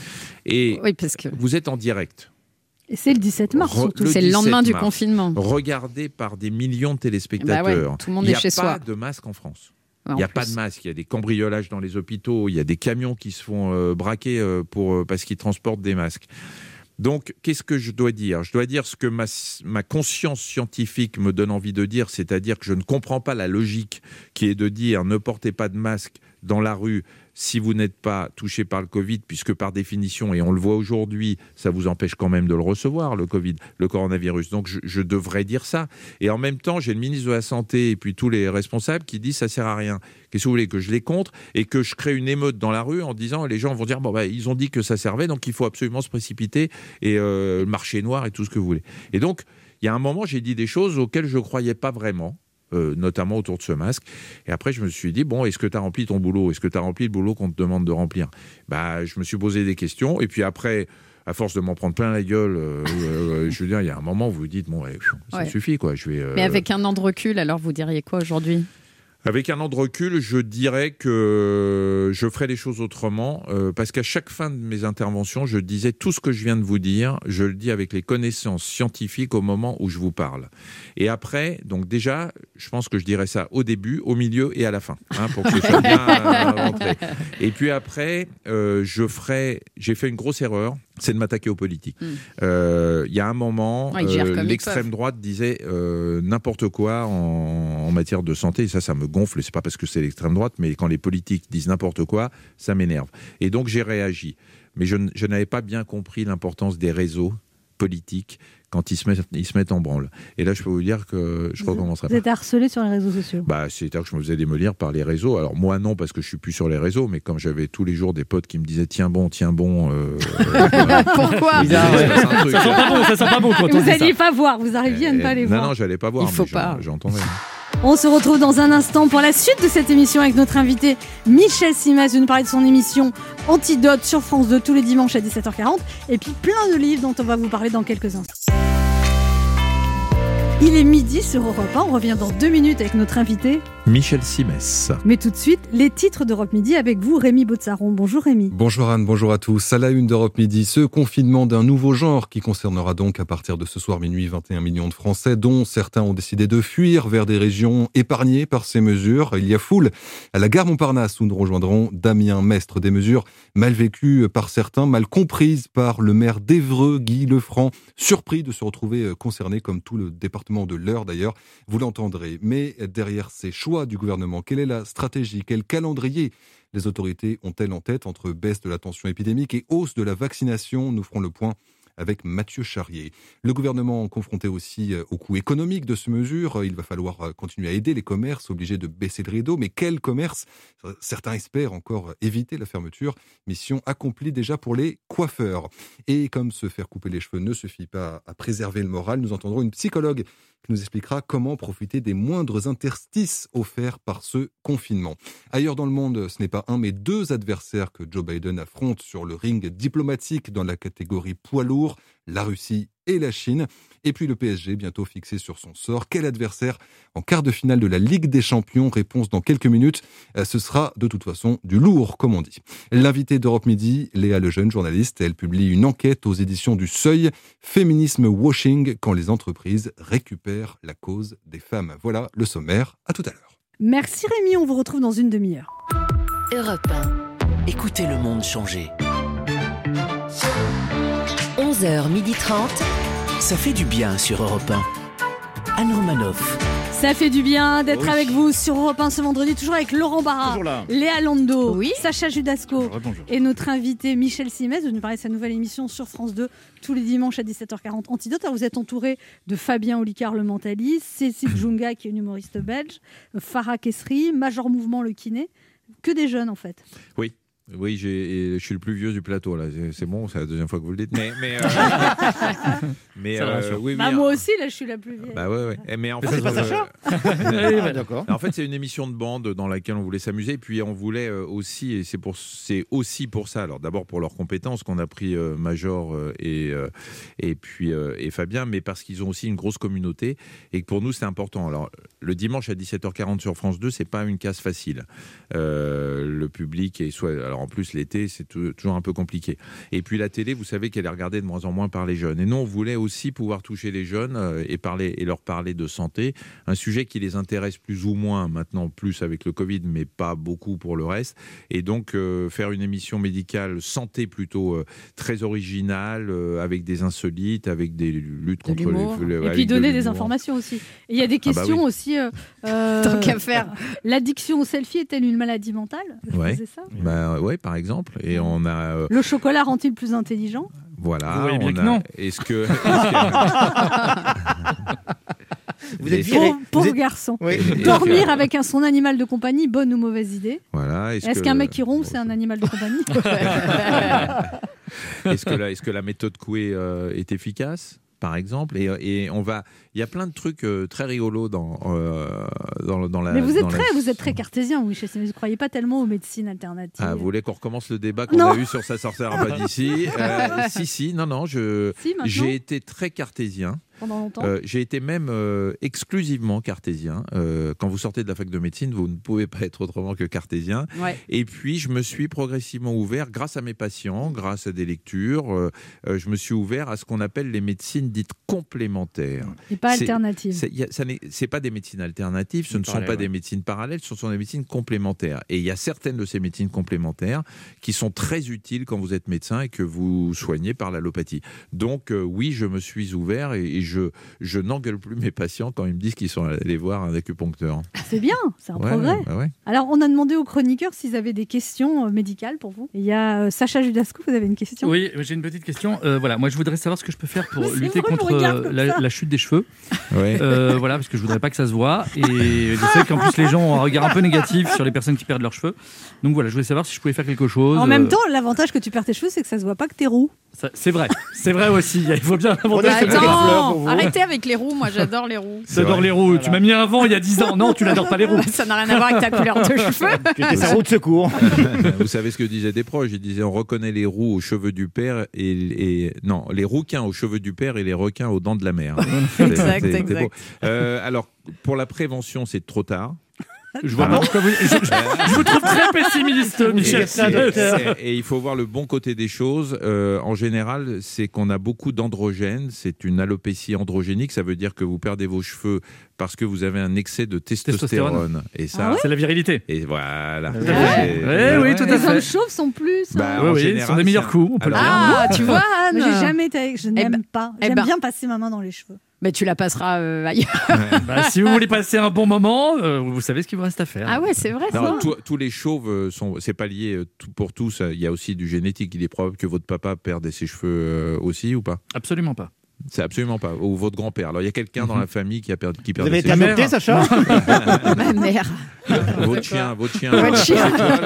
Speaker 10: Et
Speaker 5: Oui, parce que
Speaker 10: vous êtes en direct.
Speaker 2: Et c'est le dix-sept mars,
Speaker 10: Re-
Speaker 2: surtout.
Speaker 10: le
Speaker 5: c'est le lendemain
Speaker 10: dix-sept
Speaker 5: du
Speaker 10: mars.
Speaker 5: confinement.
Speaker 10: Regardé par des millions de téléspectateurs.
Speaker 5: Bah ouais, tout le monde
Speaker 10: Il n'y
Speaker 5: est
Speaker 10: a
Speaker 5: chez
Speaker 10: pas
Speaker 5: soi.
Speaker 10: de masque en France.
Speaker 5: Ouais,
Speaker 10: Il n'y
Speaker 5: en
Speaker 10: a pas
Speaker 5: plus.
Speaker 10: de masque, il y a des cambriolages dans les hôpitaux, il y a des camions qui se font euh, braquer euh, pour, euh, parce qu'ils transportent des masques. Donc, qu'est-ce que je dois dire ? Je dois dire ce que ma, ma conscience scientifique me donne envie de dire, c'est-à-dire que je ne comprends pas la logique qui est de dire ne portez pas de masque dans la rue si vous n'êtes pas touché par le Covid, puisque par définition, et on le voit aujourd'hui, ça vous empêche quand même de le recevoir, le Covid, le coronavirus. Donc je, je devrais dire ça. Et en même temps, j'ai le ministre de la Santé et puis tous les responsables qui disent ça sert à rien. Qu'est-ce que vous voulez, que je les contre et que je crée une émeute dans la rue en disant, les gens vont dire, bon, bah, ils ont dit que ça servait, donc il faut absolument se précipiter et euh, le marché noir et tout ce que vous voulez. Et donc, il y a un moment, j'ai dit des choses auxquelles je ne croyais pas vraiment. Euh, notamment autour de ce masque. Et après, je me suis dit, bon, est-ce que tu as rempli ton boulot ? Est-ce que tu as rempli le boulot qu'on te demande de remplir ? Bah, je me suis posé des questions. Et puis après, à force de m'en prendre plein la gueule, euh, euh, je veux dire, il y a un moment où vous vous dites, bon, ouais, ça
Speaker 5: Ouais.
Speaker 10: suffit, quoi. Je vais, euh,
Speaker 5: Mais avec un an de recul, alors vous diriez quoi aujourd'hui ?
Speaker 10: Avec un an de recul, je dirais que je ferai les choses autrement, euh, parce qu'à chaque fin de mes interventions, je disais tout ce que je viens de vous dire, je le dis avec les connaissances scientifiques au moment où je vous parle. Et après, donc déjà, je pense que je dirais ça au début, au milieu et à la fin, hein, pour que ce soit bien euh, rentré. Et puis après, euh, je ferai, j'ai fait une grosse erreur, c'est de m'attaquer aux politiques. Il
Speaker 5: Mm.
Speaker 10: euh, y a un moment,
Speaker 5: Ouais, ils gèrent
Speaker 10: euh,
Speaker 5: comme ils
Speaker 10: l'extrême
Speaker 5: peuvent.
Speaker 10: droite disait euh, n'importe quoi en, en matière de santé, et ça, ça me gonfle, c'est pas parce que c'est l'extrême droite, mais quand les politiques disent n'importe quoi, ça m'énerve. Et donc j'ai réagi. Mais je, n- je n'avais pas bien compris l'importance des réseaux politiques quand ils se mettent, ils se mettent en branle. Et là, je peux vous dire que je recommencerai
Speaker 2: Vous
Speaker 10: pas.
Speaker 2: êtes harcelé sur les réseaux sociaux.
Speaker 10: Bah, c'est-à-dire que je me faisais démolir par les réseaux. Alors moi non, parce que je suis plus sur les réseaux, mais comme j'avais tous les jours des potes qui me disaient tiens bon, tiens bon. Euh, euh,
Speaker 5: Pourquoi
Speaker 10: bizarre, ouais. Ça, c'est un truc.
Speaker 3: Ça sent pas bon, ça sent pas bon quand on
Speaker 2: Vous
Speaker 3: dit ça.
Speaker 2: n'alliez pas voir, vous arriviez à ne pas les
Speaker 10: non,
Speaker 2: voir.
Speaker 10: non, j'allais pas voir.
Speaker 5: Il faut
Speaker 10: mais j'en-
Speaker 5: pas.
Speaker 10: J'entendais.
Speaker 2: On se retrouve dans un instant pour la suite de cette émission avec notre invité Michel Simès. Il nous parler de son émission Antidote sur France deux tous les dimanches à dix-sept heures quarante. Et puis plein de livres dont on va vous parler dans quelques instants. Il est midi sur Europe un. On revient dans deux minutes avec notre invité.
Speaker 10: Michel Simès.
Speaker 2: Mais tout de suite, les titres d'Europe Midi avec vous, Rémi Botsaron. Bonjour Rémi.
Speaker 11: Bonjour Anne, bonjour à tous. À la une d'Europe Midi, ce confinement d'un nouveau genre qui concernera donc à partir de ce soir minuit vingt et un millions de Français, dont certains ont décidé de fuir vers des régions épargnées par ces mesures. Il y a foule à la gare Montparnasse où nous rejoindrons Damien Mestre. Des mesures mal vécues par certains, mal comprises par le maire d'Évreux, Guy Lefranc, surpris de se retrouver concerné comme tout le département de l'Eure d'ailleurs. Vous l'entendrez. Mais derrière ces choix du gouvernement, quelle est la stratégie, quel calendrier les autorités ont-elles en tête entre baisse de la tension épidémique et hausse de la vaccination ? Nous ferons le point avec Mathieu Charrier. Le gouvernement confronté aussi au coût économique de ces mesures. Il va falloir continuer à aider les commerces obligés de baisser le rideau. Mais quel commerce ? Certains espèrent encore éviter la fermeture. Mission accomplie déjà pour les coiffeurs. Et comme se faire couper les cheveux ne suffit pas à préserver le moral, nous entendrons une psychologue qui nous expliquera comment profiter des moindres interstices offerts par ce confinement. Ailleurs dans le monde, ce n'est pas un mais deux adversaires que Joe Biden affronte sur le ring diplomatique dans la catégorie poids lourd, la Russie et la Chine. Et puis le P S G, bientôt fixé sur son sort. Quel adversaire en quart de finale de la Ligue des Champions ? Réponse dans quelques minutes. Ce sera de toute façon du lourd, comme on dit. L'invitée d'Europe Midi, Léa Lejeune, journaliste, elle publie une enquête aux éditions du Seuil. Féminisme washing, quand les entreprises récupèrent la cause des femmes. Voilà le sommaire. À tout à l'heure.
Speaker 2: Merci Rémi, on vous retrouve dans une demi-heure.
Speaker 1: Europe un. Écoutez le monde changer. onze heures trente, ça fait du bien sur Europe un. Anne Romanoff.
Speaker 2: Ça fait du bien d'être
Speaker 4: Oui.
Speaker 2: avec vous sur Europe un ce vendredi, toujours avec Laurent Barra,
Speaker 4: Toujours là.
Speaker 2: Léa Lando,
Speaker 5: Oui.
Speaker 2: Sacha Judasco
Speaker 4: Rebonjour.
Speaker 2: et notre invité Michel Simès de nous parler de sa nouvelle émission sur France deux tous les dimanches à dix-sept heures quarante. Antidote. Alors vous êtes entouré de Fabien Olicard le mentaliste, Cécile Djounga qui est une humoriste belge, Farah Kessri, Major Mouvement le kiné, que des jeunes en fait.
Speaker 10: Oui. Oui, j'ai, je suis le plus vieux du plateau là. C'est, c'est bon, c'est la deuxième fois que vous le dites. Mais, mais, euh, mais
Speaker 3: Ça
Speaker 10: euh,
Speaker 3: rassure.
Speaker 10: oui, oui.
Speaker 2: Bah,
Speaker 10: hein.
Speaker 2: moi aussi là je suis la plus vieille.
Speaker 10: Bah ouais, ouais. Et Mais en
Speaker 4: Mais
Speaker 10: fait,
Speaker 4: c'est pas
Speaker 10: euh,
Speaker 4: Sacha
Speaker 3: Oui, voilà.
Speaker 4: D'accord.
Speaker 10: en fait, c'est une émission de bande dans laquelle on voulait s'amuser. Et puis, on voulait euh, aussi, et c'est, pour, c'est aussi pour ça, alors d'abord pour leurs compétences qu'on a pris euh, Major euh, et, euh, et puis euh, et Fabien, mais parce qu'ils ont aussi une grosse communauté et que pour nous, c'est important. Alors, le dimanche à dix-sept heures quarante sur France deux, c'est pas une case facile. Euh, le public, est soit, alors en plus, l'été, c'est tout- toujours un peu compliqué. Et puis, la télé, vous savez qu'elle est regardée de moins en moins par les jeunes. Et nous, on voulait aussi pouvoir toucher les jeunes euh, et, parler, et leur parler de santé, un sujet qui les intéresse plus ou moins maintenant, plus avec le Covid, mais pas beaucoup pour le reste. Et donc, euh, faire une émission médicale santé plutôt euh, très originale, euh, avec des insolites, avec des luttes
Speaker 5: De
Speaker 10: contre
Speaker 5: l'humour.
Speaker 10: les...
Speaker 2: Et
Speaker 10: avec
Speaker 2: puis
Speaker 10: de
Speaker 2: donner des
Speaker 10: l'humour.
Speaker 2: informations aussi. Et il y a des
Speaker 10: Ah bah
Speaker 2: questions
Speaker 10: oui.
Speaker 2: aussi. euh, euh,
Speaker 5: Tant qu'à faire.
Speaker 2: L'addiction au selfie est-elle une maladie mentale ?
Speaker 10: Ouais.
Speaker 2: C'est ça.
Speaker 10: Bah, ouais, par exemple. Et on a... euh,
Speaker 2: Le chocolat rend-il plus intelligent ?
Speaker 10: voilà.
Speaker 3: Vous voyez bien
Speaker 10: on
Speaker 3: que
Speaker 10: a-
Speaker 3: non.
Speaker 10: Est-ce que... est-ce que-
Speaker 4: Vous êtes
Speaker 10: Est-ce-
Speaker 4: viré.
Speaker 2: Pauvre, pauvre
Speaker 4: Vous êtes-
Speaker 2: garçon.
Speaker 4: Oui.
Speaker 10: Est-ce que-
Speaker 2: Dormir avec un, son animal de compagnie, bonne ou mauvaise idée ?
Speaker 10: Voilà. Est-ce,
Speaker 2: Est-ce
Speaker 10: que-
Speaker 2: qu'un mec qui rompt, c'est un animal de compagnie ?
Speaker 10: Est-ce que la, est-ce que la méthode Coué euh, est efficace, par exemple, et, et on va, il y a plein de trucs euh, très rigolos dans euh, dans, dans la.
Speaker 2: Mais vous êtes
Speaker 10: dans la-
Speaker 2: très, vous êtes très cartésien, oui. Vous ne croyez pas tellement aux médecines alternatives.
Speaker 10: Ah, vous voulez qu'on recommence le débat qu'on
Speaker 2: Non.
Speaker 10: a eu sur sa sorcière pas d'ici euh, Si, si, non, non, je,
Speaker 2: Si, maintenant,
Speaker 10: j'ai été très cartésien.
Speaker 2: pendant longtemps.
Speaker 10: Euh, j'ai été même euh, exclusivement cartésien. Euh, quand vous sortez de la fac de médecine, vous ne pouvez pas être autrement que cartésien.
Speaker 5: Ouais.
Speaker 10: Et puis, je me suis progressivement ouvert, grâce à mes patients, grâce à des lectures, euh, euh, je me suis ouvert à ce qu'on appelle les médecines dites complémentaires.
Speaker 2: Et pas
Speaker 10: c'est-
Speaker 2: alternatives.
Speaker 10: C'est, y a- ça n'est, c'est pas des médecines alternatives, ce ne sont
Speaker 4: Parallèle,
Speaker 10: pas
Speaker 4: ouais.
Speaker 10: des médecines parallèles, ce sont des médecines complémentaires. Et il y a certaines de ces médecines complémentaires qui sont très utiles quand vous êtes médecin et que vous soignez par l'allopathie. Donc euh, oui, je me suis ouvert et, et je, je n'engueule plus mes patients quand ils me disent qu'ils sont allés voir un acupuncteur.
Speaker 2: C'est bien, c'est un
Speaker 10: Ouais,
Speaker 2: progrès.
Speaker 10: ouais, ouais.
Speaker 2: Alors, on a demandé aux chroniqueurs s'ils avaient des questions euh, médicales pour vous. Il y a euh, Sacha Judasco, vous avez une question ?
Speaker 3: Oui, j'ai une petite question. Euh, voilà, moi je voudrais savoir ce que je peux faire pour
Speaker 2: Mais c'est
Speaker 3: lutter
Speaker 2: vrai, je
Speaker 3: contre
Speaker 2: regarde
Speaker 3: euh,
Speaker 2: comme
Speaker 3: la,
Speaker 2: ça.
Speaker 3: la chute des cheveux.
Speaker 10: Ouais.
Speaker 3: Euh, voilà, parce que je voudrais pas que ça se voit. Et je sais qu'en plus les gens ont un regard un peu négatif sur les personnes qui perdent leurs cheveux. Donc voilà, je voulais savoir si je pouvais faire quelque chose.
Speaker 2: En même
Speaker 3: Euh,
Speaker 2: temps, l'avantage que tu perds tes cheveux, c'est que ça se voit pas que t'es roux.
Speaker 3: ça- c'est vrai, c'est vrai aussi. Il faut bien
Speaker 4: On
Speaker 3: l'avantage.
Speaker 4: a
Speaker 3: que
Speaker 4: fait des fleurs pour
Speaker 5: Attends,
Speaker 4: vous.
Speaker 5: arrêtez avec les roues. Moi, j'adore les roues.
Speaker 10: C'est
Speaker 3: J'adore
Speaker 10: vrai.
Speaker 3: les roues. Tu m'as mis un vent il y a dix ans. Non, tu n'adores pas les roues.
Speaker 5: Ça n'a rien à voir avec ta couleur de cheveux.
Speaker 4: Tu étais sa roue de secours.
Speaker 10: Vous savez ce que disaient des proches? Ils disaient on reconnaît les roux aux cheveux du père et, et non, les rouquins aux cheveux du père et les requins aux dents de la mère. C'est-
Speaker 5: Exact,
Speaker 10: c'est- c'est
Speaker 5: exact.
Speaker 10: beau. Euh, alors pour la prévention, c'est trop tard.
Speaker 3: Je, vois pas pourquoi vous- je- je- je vous trouve très pessimiste, Michel.
Speaker 4: C'est un docteur.
Speaker 10: Et, et il faut voir le bon côté des choses. Euh, en général, c'est qu'on a beaucoup d'androgènes. C'est une alopécie androgénique. Ça veut dire que vous perdez vos cheveux parce que vous avez un excès de testostérone.
Speaker 3: Testostérone.
Speaker 10: Et ça,
Speaker 2: Ah ouais
Speaker 3: C'est la virilité.
Speaker 10: et voilà.
Speaker 3: fait.
Speaker 10: C'est-
Speaker 3: Ouais, oui, tout à
Speaker 2: Les
Speaker 3: fait.
Speaker 2: hommes chauves sont plus.
Speaker 10: Bah,
Speaker 2: hein.
Speaker 3: Oui,
Speaker 10: en
Speaker 3: oui,
Speaker 10: général,
Speaker 3: ce sont des meilleurs
Speaker 10: c'est-
Speaker 3: coups, on peut le
Speaker 10: Alors,
Speaker 3: dire.
Speaker 5: Ah, tu vois, Anne.
Speaker 2: Moi, j'ai jamais été. Je n'aime
Speaker 5: ben-
Speaker 2: pas.
Speaker 5: eh
Speaker 2: J'aime
Speaker 5: ben-
Speaker 2: bien passer ma main dans les cheveux.
Speaker 5: Mais tu la passeras euh, ailleurs.
Speaker 3: Bah, si vous voulez passer un bon moment, euh, vous savez ce qu'il vous reste à faire.
Speaker 5: Ah ouais, c'est vrai ça.
Speaker 10: Non, tout- tous les chauves, euh, sont, c'est pas lié euh, tout pour tous. Il y a aussi du génétique. Il est probable que votre papa perde ses cheveux euh, aussi ou pas?
Speaker 3: Absolument pas.
Speaker 10: C'est absolument pas. Ou votre grand-père. Alors il y a quelqu'un dans la famille qui a perdu, qui
Speaker 4: Vous
Speaker 10: perd
Speaker 4: avez
Speaker 10: ses
Speaker 4: été
Speaker 10: cheveux.
Speaker 4: adopté, Sacha?
Speaker 5: Ma mère.
Speaker 10: Votre chien, votre chien.
Speaker 5: Votre chien.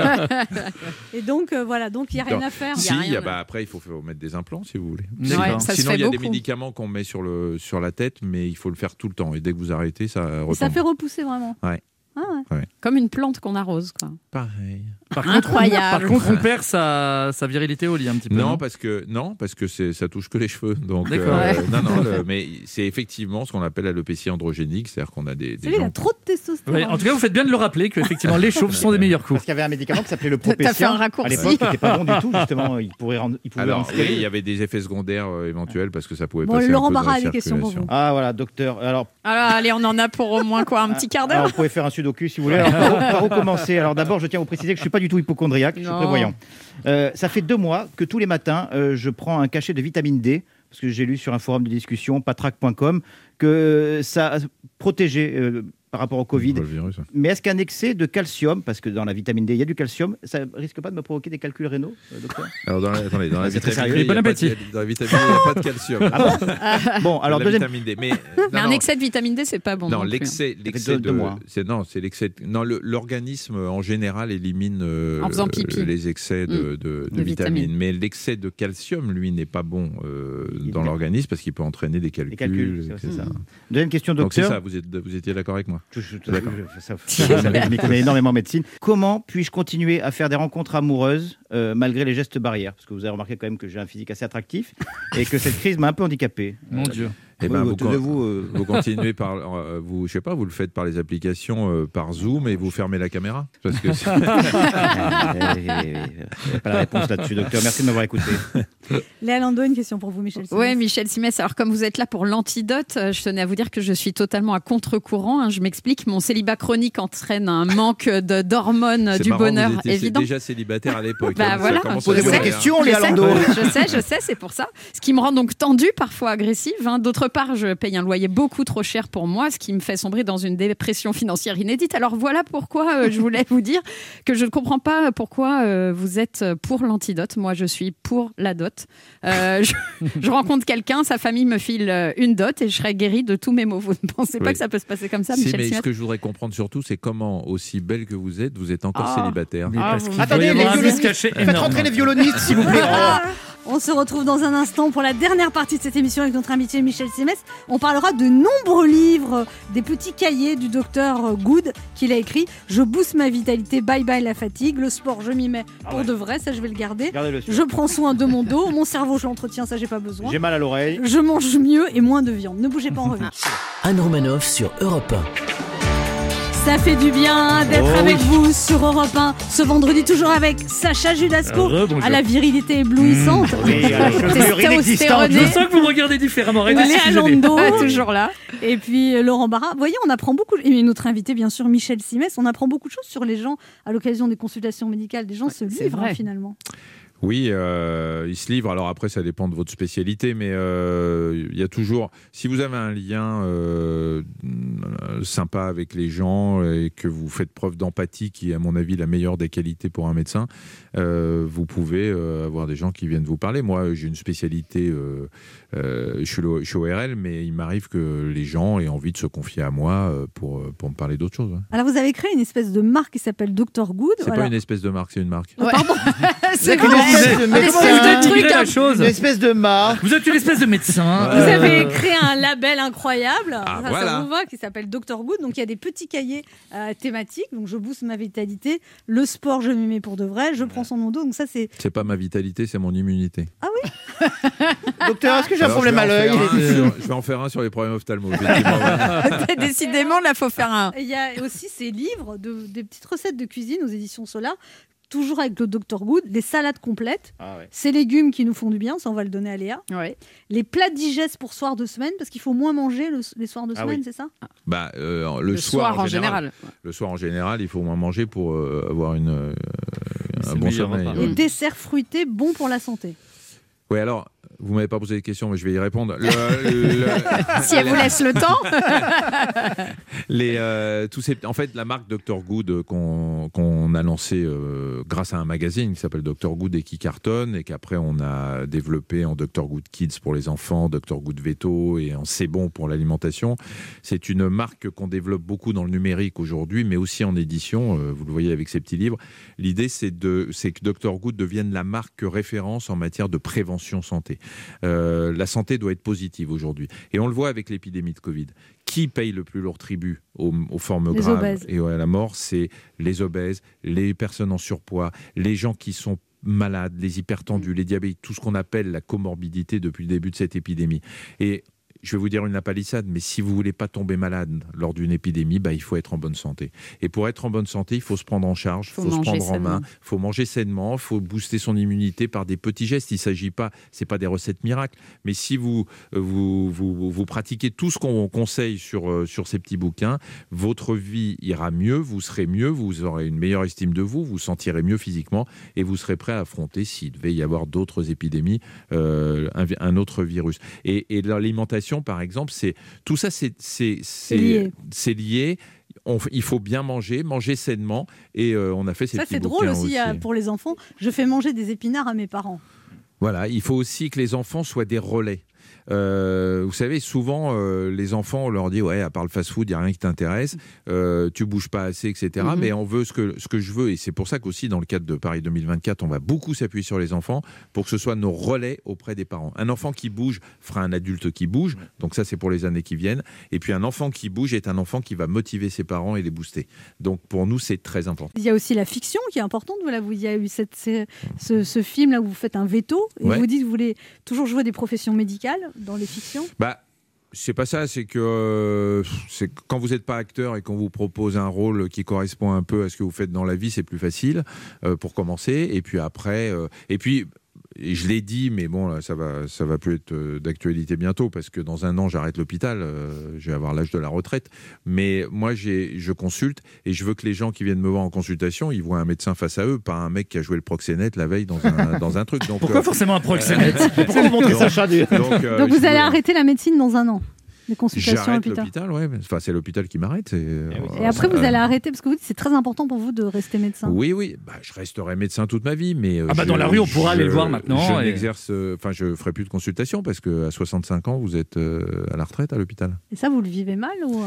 Speaker 2: Et donc, euh, voilà, donc il n'y a rien
Speaker 10: Non.
Speaker 2: à faire.
Speaker 10: Si,
Speaker 5: Y a rien
Speaker 10: il y a-
Speaker 5: de-
Speaker 10: bah, après, il faut faire- mettre des implants si vous voulez.
Speaker 5: Ouais,
Speaker 10: Sinon,
Speaker 5: ça se
Speaker 10: sinon,
Speaker 5: fait
Speaker 10: il y a des
Speaker 5: beaucoup.
Speaker 10: médicaments qu'on met sur, le, sur la tête, mais il faut le faire tout le temps. Et dès que vous arrêtez, ça
Speaker 2: Et
Speaker 10: retombe.
Speaker 2: ça fait repousser vraiment.
Speaker 10: Ouais.
Speaker 2: Ah ouais.
Speaker 5: Comme une plante qu'on arrose, quoi.
Speaker 10: Pareil.
Speaker 3: Par contre,
Speaker 5: Incroyable.
Speaker 3: Par contre, on perd sa, sa virilité au lit un petit peu.
Speaker 10: Non,
Speaker 3: Non,
Speaker 10: parce que non, parce que c'est, ça touche que les cheveux. Donc,
Speaker 3: D'accord.
Speaker 10: euh,
Speaker 5: Ouais.
Speaker 10: non, non, le- mais c'est effectivement ce qu'on appelle l'alopécie androgénique, c'est-à-dire qu'on a des, des
Speaker 2: C'est lui, il
Speaker 10: gens.
Speaker 2: a trop de testostérone.
Speaker 3: Ouais, en tout cas, vous faites bien de le rappeler qu'effectivement, les chauves sont des meilleurs coups.
Speaker 4: Parce qu'il y avait un médicament qui s'appelait le
Speaker 5: T'as fait un
Speaker 4: Propécia
Speaker 5: raccourci.
Speaker 4: à l'époque, qui n'était pas bon du tout, justement. Il pourrait rendre, il pouvait
Speaker 10: Alors,
Speaker 4: rendre
Speaker 10: oui,
Speaker 4: stérile.
Speaker 10: il y avait des effets secondaires euh, éventuels parce que ça pouvait
Speaker 2: Bon,
Speaker 10: passer
Speaker 2: Laurent
Speaker 10: un peu dans
Speaker 2: Barra
Speaker 10: la
Speaker 2: a des questions pour
Speaker 10: circulation.
Speaker 4: Ah voilà, docteur. Alors,
Speaker 5: Alors, allez, on en a pour au moins quoi, un petit quart
Speaker 4: alors,
Speaker 5: d'heure.
Speaker 4: vous pouvez faire un sudoku si vous voulez. Alors, par, où, par où commencer? Alors d'abord, je tiens à vous préciser que je suis pas du tout hypochondriaque, je suis
Speaker 5: Non.
Speaker 4: prévoyant. Euh, ça fait deux mois que tous les matins, euh, je prends un cachet de vitamine D, parce que j'ai lu sur un forum de discussion, patrac point com, que ça protégeait euh, par rapport au Covid.
Speaker 10: Pas le virus, hein.
Speaker 4: Mais est-ce qu'un excès de calcium, parce que dans la vitamine D, il y a du calcium, ça risque pas de me provoquer des calculs rénaux, euh, docteur?
Speaker 10: Alors, dans la, attendez, dans la
Speaker 4: C'est très
Speaker 10: vitamine
Speaker 4: sérieux.
Speaker 10: D, il y a
Speaker 3: Bon
Speaker 10: pas de-
Speaker 3: appétit.
Speaker 10: dans la vitamine D, il n'y a pas de calcium.
Speaker 4: Ah bon? Bon, alors
Speaker 10: la
Speaker 4: deuxième...
Speaker 10: vitamine D. Mais,
Speaker 5: Mais
Speaker 10: non,
Speaker 5: un
Speaker 10: non,
Speaker 5: excès de vitamine D, c'est pas bon.
Speaker 10: Non,
Speaker 5: non plus.
Speaker 10: l'excès, l'excès
Speaker 4: deux-
Speaker 10: de,
Speaker 4: deux mois.
Speaker 10: c'est non, c'est l'excès. de- non, le- l'organisme en général élimine euh,
Speaker 5: En faisant pipi.
Speaker 10: euh, les excès de,
Speaker 5: Mmh.
Speaker 10: de, de
Speaker 5: De
Speaker 10: vitamines,
Speaker 5: vitamines.
Speaker 10: mais l'excès de calcium, lui, n'est pas bon euh,
Speaker 4: Il
Speaker 10: dans
Speaker 4: est-
Speaker 10: l'organisme parce qu'il peut entraîner des calculs.
Speaker 4: calculs, c'est
Speaker 10: c'est
Speaker 4: vrai.
Speaker 10: ça.
Speaker 4: Deuxième question,
Speaker 10: Donc c'est
Speaker 4: docteur.
Speaker 10: ça. Vous êtes, vous étiez d'accord avec moi?
Speaker 4: Je- je- je-
Speaker 10: D'accord.
Speaker 4: je- ça- ça- ça- je m'y connais énormément en médecine. Comment puis-je continuer à faire des rencontres amoureuses euh, malgré les gestes barrières? Parce que vous avez remarqué quand même que j'ai un physique assez attractif et que cette crise m'a un peu handicapé.
Speaker 3: Mon Dieu.
Speaker 10: Eh ben,
Speaker 4: Oui,
Speaker 10: vous,
Speaker 4: taisez-vous, euh.
Speaker 10: vous continuez par, euh, vous, je sais pas, vous le faites par les applications, euh, par Zoom, et vous fermez la caméra, parce que c'est-
Speaker 4: Il n'y a pas la réponse là-dessus, docteur. Merci de m'avoir écouté.
Speaker 2: Léa Landau, une question pour vous, Michel Simès.
Speaker 5: Oui, Michel Simès. Alors, comme vous êtes là pour l'antidote, euh, je tenais à vous dire que je suis totalement à contre-courant. hein. Je m'explique. Mon célibat chronique entraîne un manque de- d'hormones
Speaker 10: c'est
Speaker 5: du
Speaker 10: marrant,
Speaker 5: bonheur
Speaker 10: vous étiez
Speaker 5: évident.
Speaker 10: déjà célibataire à l'époque.
Speaker 5: Bah
Speaker 10: hein, ça
Speaker 5: voilà.
Speaker 10: commence à
Speaker 4: Posez-vous
Speaker 10: se
Speaker 4: la
Speaker 10: voir,
Speaker 4: question,
Speaker 5: Je
Speaker 4: Léa
Speaker 5: sais,
Speaker 4: Landau.
Speaker 5: je sais, je sais, c'est pour ça. Ce qui me rend donc tendue, parfois agressive. hein. D'autre part, je paye un loyer beaucoup trop cher pour moi, ce qui me fait sombrer dans une dépression financière inédite. Alors voilà pourquoi euh, je voulais vous dire que je ne comprends pas pourquoi euh, vous êtes pour l'antidote. Moi, je suis pour la dot. Euh, je, je rencontre quelqu'un, sa famille me file euh, une dot et je serai guérie de tous mes maux. Vous ne pensez pas
Speaker 10: Oui.
Speaker 5: que ça peut se passer comme ça,
Speaker 10: Si,
Speaker 5: Michel
Speaker 10: mais
Speaker 5: Simès?
Speaker 10: ce que je voudrais comprendre surtout, c'est comment, aussi belle que vous êtes, vous êtes encore
Speaker 5: Ah.
Speaker 10: célibataire.
Speaker 3: Mais
Speaker 5: Ah,
Speaker 3: parce
Speaker 5: vous-
Speaker 3: qu'il doit
Speaker 4: Attendez,
Speaker 3: y
Speaker 4: les
Speaker 3: avoir un vice
Speaker 4: violonistes.
Speaker 3: caché
Speaker 4: Faites
Speaker 3: énorme.
Speaker 4: rentrer les violonistes, s'il vous plaît. Oh.
Speaker 2: On se retrouve dans un instant pour la dernière partie de cette émission avec notre invité Michel Simès. On parlera de nombreux livres, des petits cahiers du docteur Good qu'il a écrit. Je booste ma vitalité, bye bye la fatigue. Le sport, je m'y mets
Speaker 4: Ah
Speaker 2: pour
Speaker 4: ouais.
Speaker 2: de vrai, ça je vais le garder.
Speaker 4: Gardez-le.
Speaker 2: Je prends soin de mon dos, mon cerveau je l'entretiens, ça j'ai pas besoin.
Speaker 4: J'ai mal à l'oreille.
Speaker 2: Je mange mieux et moins de viande. Ne bougez pas, en revue.
Speaker 1: Anne Romanoff sur Europe un.
Speaker 2: Ça fait du bien d'être
Speaker 4: Oh
Speaker 2: avec
Speaker 4: oui.
Speaker 2: vous sur Europe un ce vendredi, toujours avec Sacha Judasco,
Speaker 3: Rebonjour.
Speaker 2: à la virilité éblouissante.
Speaker 4: Oui, à la chevelure inexistante.
Speaker 3: Je sens que vous me regardez différemment. Arrêtez de
Speaker 2: Léa
Speaker 3: se gêner.
Speaker 2: Landau,
Speaker 5: Ah, toujours là.
Speaker 2: et puis euh, Laurent Barra. Vous voyez, on apprend beaucoup. Et notre invité, bien sûr, Michel Simès. On apprend beaucoup de choses sur les gens à l'occasion des consultations médicales. Des gens se
Speaker 5: c'est
Speaker 2: livrent
Speaker 5: vrai.
Speaker 2: hein, finalement.
Speaker 10: Oui, euh, il se livre. Alors après, ça dépend de votre spécialité, mais euh, il y a toujours. Si vous avez un lien euh, sympa avec les gens et que vous faites preuve d'empathie, qui est à mon avis la meilleure des qualités pour un médecin, euh, vous pouvez euh, avoir des gens qui viennent vous parler. Moi, j'ai une spécialité. Euh, euh, je suis le- je suis O R L, mais il m'arrive que les gens aient envie de se confier à moi euh, pour pour me parler d'autre chose. hein.
Speaker 2: Alors, vous avez créé une espèce de marque qui s'appelle docteur Good.
Speaker 10: C'est
Speaker 2: Voilà.
Speaker 10: pas une espèce de marque, c'est une marque.
Speaker 2: Oh, pardon.
Speaker 5: C'est
Speaker 4: Une
Speaker 5: vrai.
Speaker 4: espèce de
Speaker 5: Une
Speaker 4: médecin.
Speaker 5: espèce de truc
Speaker 3: Migrez
Speaker 5: un
Speaker 3: la chose.
Speaker 4: Une espèce de marque.
Speaker 3: Vous êtes une espèce de médecin.
Speaker 2: Vous
Speaker 3: euh,
Speaker 2: avez créé un label incroyable,
Speaker 10: Ah,
Speaker 2: ça,
Speaker 10: voilà.
Speaker 2: ça vous va, qui s'appelle docteur Good. Donc il y a des petits cahiers euh, thématiques. Donc je booste ma vitalité, le sport, je m'y mets pour de vrai, je prends soin de mon dos. Donc ça c'est.
Speaker 10: C'est pas ma vitalité, c'est mon immunité.
Speaker 4: Docteur, est-ce que j'ai un
Speaker 10: Alors,
Speaker 4: problème
Speaker 10: je
Speaker 4: à
Speaker 10: vais en
Speaker 4: l'œil?
Speaker 10: faire un sur- Je vais en faire un sur les problèmes ophtalmo. effectivement, ouais.
Speaker 5: Décidément, là, faut faire un.
Speaker 2: Et il y a aussi ces livres, de, des petites recettes de cuisine aux éditions Solar, toujours avec le docteur Good, les salades complètes,
Speaker 4: Ah ouais.
Speaker 2: ces légumes qui nous font du bien, ça on va le donner à Léa.
Speaker 5: Ouais.
Speaker 2: Les plats digestes pour soir de semaine, parce qu'il faut moins manger le- les soirs de
Speaker 4: Ah
Speaker 2: semaine,
Speaker 4: oui.
Speaker 2: c'est ça?
Speaker 10: Bah, euh, le,
Speaker 5: Le
Speaker 10: soir,
Speaker 5: en général.
Speaker 10: Le soir en général, il faut moins manger pour euh, avoir une, euh,
Speaker 3: C'est
Speaker 10: un
Speaker 3: le
Speaker 10: bon
Speaker 3: meilleur
Speaker 10: sommeil.
Speaker 3: repas.
Speaker 2: Les
Speaker 5: Mm.
Speaker 2: desserts fruités, bons pour la santé.
Speaker 10: Oui, alors, Vous m'avez pas posé de questions, mais je vais y répondre. Le, le,
Speaker 5: si elle vous laisse le temps.
Speaker 10: les, euh, tous ces, en fait, la marque docteur Good qu'on qu'on a lancée euh, grâce à un magazine qui s'appelle docteur Good et qui cartonne, et qu'après on a développé en docteur Good Kids pour les enfants, docteur Good Veto et en C'est bon pour l'alimentation. C'est une marque qu'on développe beaucoup dans le numérique aujourd'hui, mais aussi en édition. Euh, vous le voyez avec ces petits livres. L'idée, c'est de, c'est que docteur Good devienne la marque référence en matière de prévention santé. Euh, la santé doit être positive aujourd'hui. Et on le voit avec l'épidémie de Covid. Qui paye le plus lourd tribut aux, aux formes
Speaker 2: Les
Speaker 10: graves
Speaker 2: obèses.
Speaker 10: et à la mort? C'est les obèses, les personnes en surpoids, les gens qui sont malades, les hypertendus, les diabétiques, tout ce qu'on appelle la comorbidité depuis le début de cette épidémie. Et je vais vous dire une lapalissade, mais si vous voulez pas tomber malade lors d'une épidémie, bah, il faut être en bonne santé. Et pour être en bonne santé, il faut se prendre en charge, il faut, faut se prendre en main, il faut manger sainement, il faut booster son immunité par des petits gestes. Il ne s'agit pas, c'est pas des recettes miracles, mais si vous, vous, vous, vous pratiquez tout ce qu'on conseille sur, sur ces petits bouquins, votre vie ira mieux, vous serez mieux, vous aurez une meilleure estime de vous, vous vous sentirez mieux physiquement et vous serez prêt à affronter, s'il devait y avoir d'autres épidémies, euh, un, un autre virus. Et, et l'alimentation, par exemple, c'est tout ça, c'est c'est c'est lié. C'est lié. On, il faut bien manger, manger sainement, et euh, on a fait ces
Speaker 2: ça,
Speaker 10: petits
Speaker 2: c'est
Speaker 10: bouquins
Speaker 2: drôle aussi,
Speaker 10: aussi.
Speaker 2: pour les enfants. Je fais manger des épinards à mes parents.
Speaker 10: Voilà, il faut aussi que les enfants soient des relais. Euh, vous savez, souvent, euh, les enfants, on leur dit, ouais, à part le fast-food, il n'y a rien qui t'intéresse, euh, tu bouges pas assez, et cetera. Mm-hmm. Mais on veut ce que, ce que je veux, et c'est pour ça qu'aussi, dans le cadre de Paris deux mille vingt-quatre, on va beaucoup s'appuyer sur les enfants pour que ce soit nos relais auprès des parents. Un enfant qui bouge fera un adulte qui bouge, donc ça, c'est pour les années qui viennent. Et puis, un enfant qui bouge est un enfant qui va motiver ses parents et les booster. Donc, pour nous, c'est très important.
Speaker 2: Il y a aussi la fiction qui est importante. Voilà, vous, il y a eu cette, ce, ce, ce film-là où vous faites un veto, et ouais. vous dites que vous voulez toujours jouer des professions médicales dans les fictions.
Speaker 10: Bah, c'est pas ça, c'est que euh, c'est quand vous n'êtes pas acteur et qu'on vous propose un rôle qui correspond un peu à ce que vous faites dans la vie, c'est plus facile euh, pour commencer. Et puis après, euh, et puis et je l'ai dit, mais bon, là, ça va, ça va plus être euh, d'actualité bientôt parce que dans un an, j'arrête l'hôpital, euh, je vais avoir l'âge de la retraite. Mais moi, j'ai, je consulte et je veux que les gens qui viennent me voir en consultation, ils voient un médecin face à eux, pas un mec qui a joué le proxénète la veille dans un, dans un truc. Donc,
Speaker 3: pourquoi euh, forcément un proxénète?
Speaker 4: Pourquoi vous montrez ça, Chadu?
Speaker 2: Donc, euh, donc vous allez veux... arrêter la médecine dans un an? Les consultations à
Speaker 10: l'hôpital. J'arrête l'hôpital, ouais. Enfin, c'est l'hôpital qui m'arrête. Et, euh,
Speaker 2: et après, vous allez arrêter parce que vous dites c'est très important pour vous de rester médecin.
Speaker 10: Oui, oui. Bah, je resterai médecin toute ma vie, mais
Speaker 3: ah bah
Speaker 10: je,
Speaker 3: dans la rue, on pourra
Speaker 10: je,
Speaker 3: aller le voir maintenant.
Speaker 10: Je
Speaker 3: et...
Speaker 10: n'exerce, enfin, je ferai plus de consultation parce que à soixante-cinq ans, vous êtes euh, à la retraite à l'hôpital.
Speaker 2: Et ça, vous le vivez mal ou?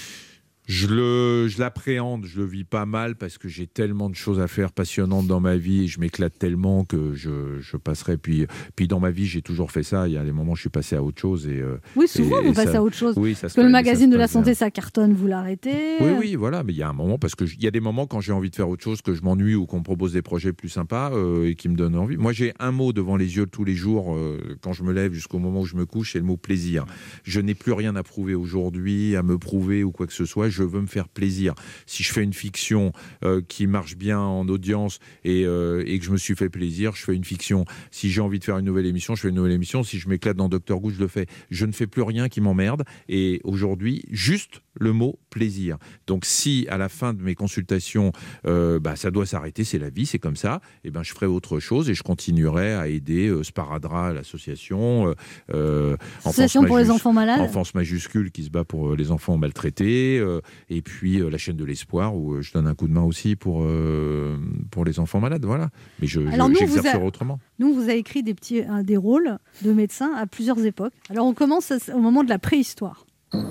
Speaker 10: Je, le, je l'appréhende, je le vis pas mal parce que j'ai tellement de choses à faire passionnantes dans ma vie et je m'éclate tellement que je, je passerai. Puis, puis dans ma vie, j'ai toujours fait ça. Il y a des moments où je suis passé à autre chose. Et,
Speaker 2: oui, souvent
Speaker 10: et,
Speaker 2: vous
Speaker 10: et
Speaker 2: passez
Speaker 10: ça,
Speaker 2: à autre chose.
Speaker 10: Oui, ça
Speaker 2: parce que le magazine de la santé,
Speaker 10: bien.
Speaker 2: Ça cartonne, vous l'arrêtez.
Speaker 10: Oui, oui, voilà. Mais il y a un moment, parce qu'il y a des moments quand j'ai envie de faire autre chose, que je m'ennuie ou qu'on me propose des projets plus sympas euh, et qui me donnent envie. Moi, j'ai un mot devant les yeux tous les jours euh, quand je me lève jusqu'au moment où je me couche, c'est le mot plaisir. Je n'ai plus rien à prouver aujourd'hui, à me prouver ou quoi que ce soit. Je veux me faire plaisir. Si je fais une fiction euh, qui marche bien en audience et, euh, et que je me suis fait plaisir, je fais une fiction. Si j'ai envie de faire une nouvelle émission, je fais une nouvelle émission. Si je m'éclate dans docteur Good, je le fais. Je ne fais plus rien qui m'emmerde. Et aujourd'hui, juste le mot plaisir. Donc si à la fin de mes consultations, euh, bah, ça doit s'arrêter, c'est la vie, c'est comme ça, et ben, je ferai autre chose et je continuerai à aider euh, Sparadra, l'association. Euh,
Speaker 2: Association pour les enfants malades.
Speaker 10: Enfance majuscule qui se bat pour les enfants maltraités. Euh, et puis euh, la chaîne de l'espoir où euh, je donne un coup de main aussi pour, euh, pour les enfants malades. Voilà. Mais je,
Speaker 2: Alors
Speaker 10: je,
Speaker 2: nous,
Speaker 10: j'exercerai
Speaker 2: a...
Speaker 10: autrement.
Speaker 2: Nous, on vous a écrit des, petits, euh, des rôles de médecins à plusieurs époques. Alors on commence au moment de la préhistoire.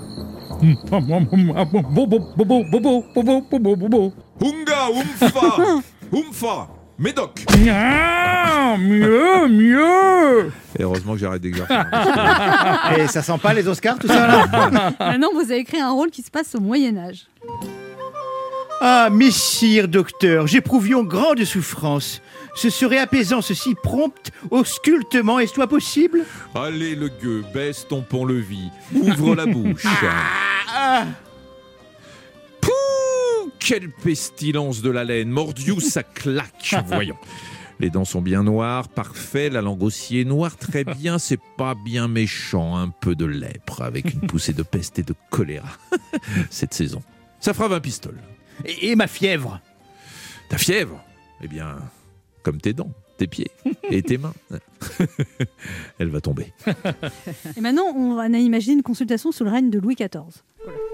Speaker 6: Hunga, umfa, umfa, médoc.
Speaker 3: Mieux, mieux.
Speaker 10: Et heureusement que j'arrête d'exercer.
Speaker 4: Et ça sent pas les Oscars, tout ça là?
Speaker 2: Maintenant, vous avez écrit un rôle qui se passe au Moyen-Âge.
Speaker 4: Ah, messire docteur, j'éprouvions grande souffrance. Ce serait apaisant, ceci prompt, auscultement, est-ce toi possible?
Speaker 10: Allez, le gueux, baisse ton pont-levis, ouvre la bouche.
Speaker 4: Ah,
Speaker 10: Pouh, quelle pestilence de la laine, mordiou, ça claque. Voyons. Les dents sont bien noires, parfait, la langue aussi est noire, très bien, c'est pas bien méchant, un peu de lèpre, avec une poussée de peste et de choléra. Cette saison. Ça fera vingt pistoles.
Speaker 4: Et, et ma fièvre?
Speaker 10: Ta fièvre? Eh bien, comme tes dents, tes pieds et tes mains. Elle va tomber.
Speaker 2: Et maintenant, on a imaginé une consultation sous le règne de Louis quatorze.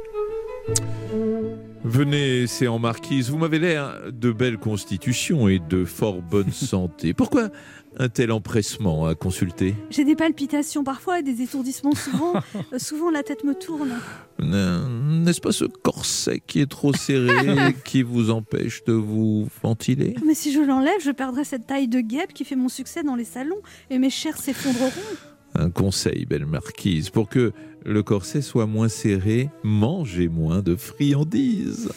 Speaker 10: Venez, c'est en marquise. Vous m'avez l'air de belle constitution et de fort bonne santé. Pourquoi un tel empressement à consulter?
Speaker 2: J'ai des palpitations parfois et des étourdissements souvent. euh, souvent, la tête me tourne.
Speaker 10: N'est-ce pas ce corset qui est trop serré qui vous empêche de vous ventiler?
Speaker 2: Mais si je l'enlève, je perdrai cette taille de guêpe qui fait mon succès dans les salons et mes chairs s'effondreront.
Speaker 10: Un conseil, belle marquise, pour que le corset soit moins serré, mangez moins de friandises.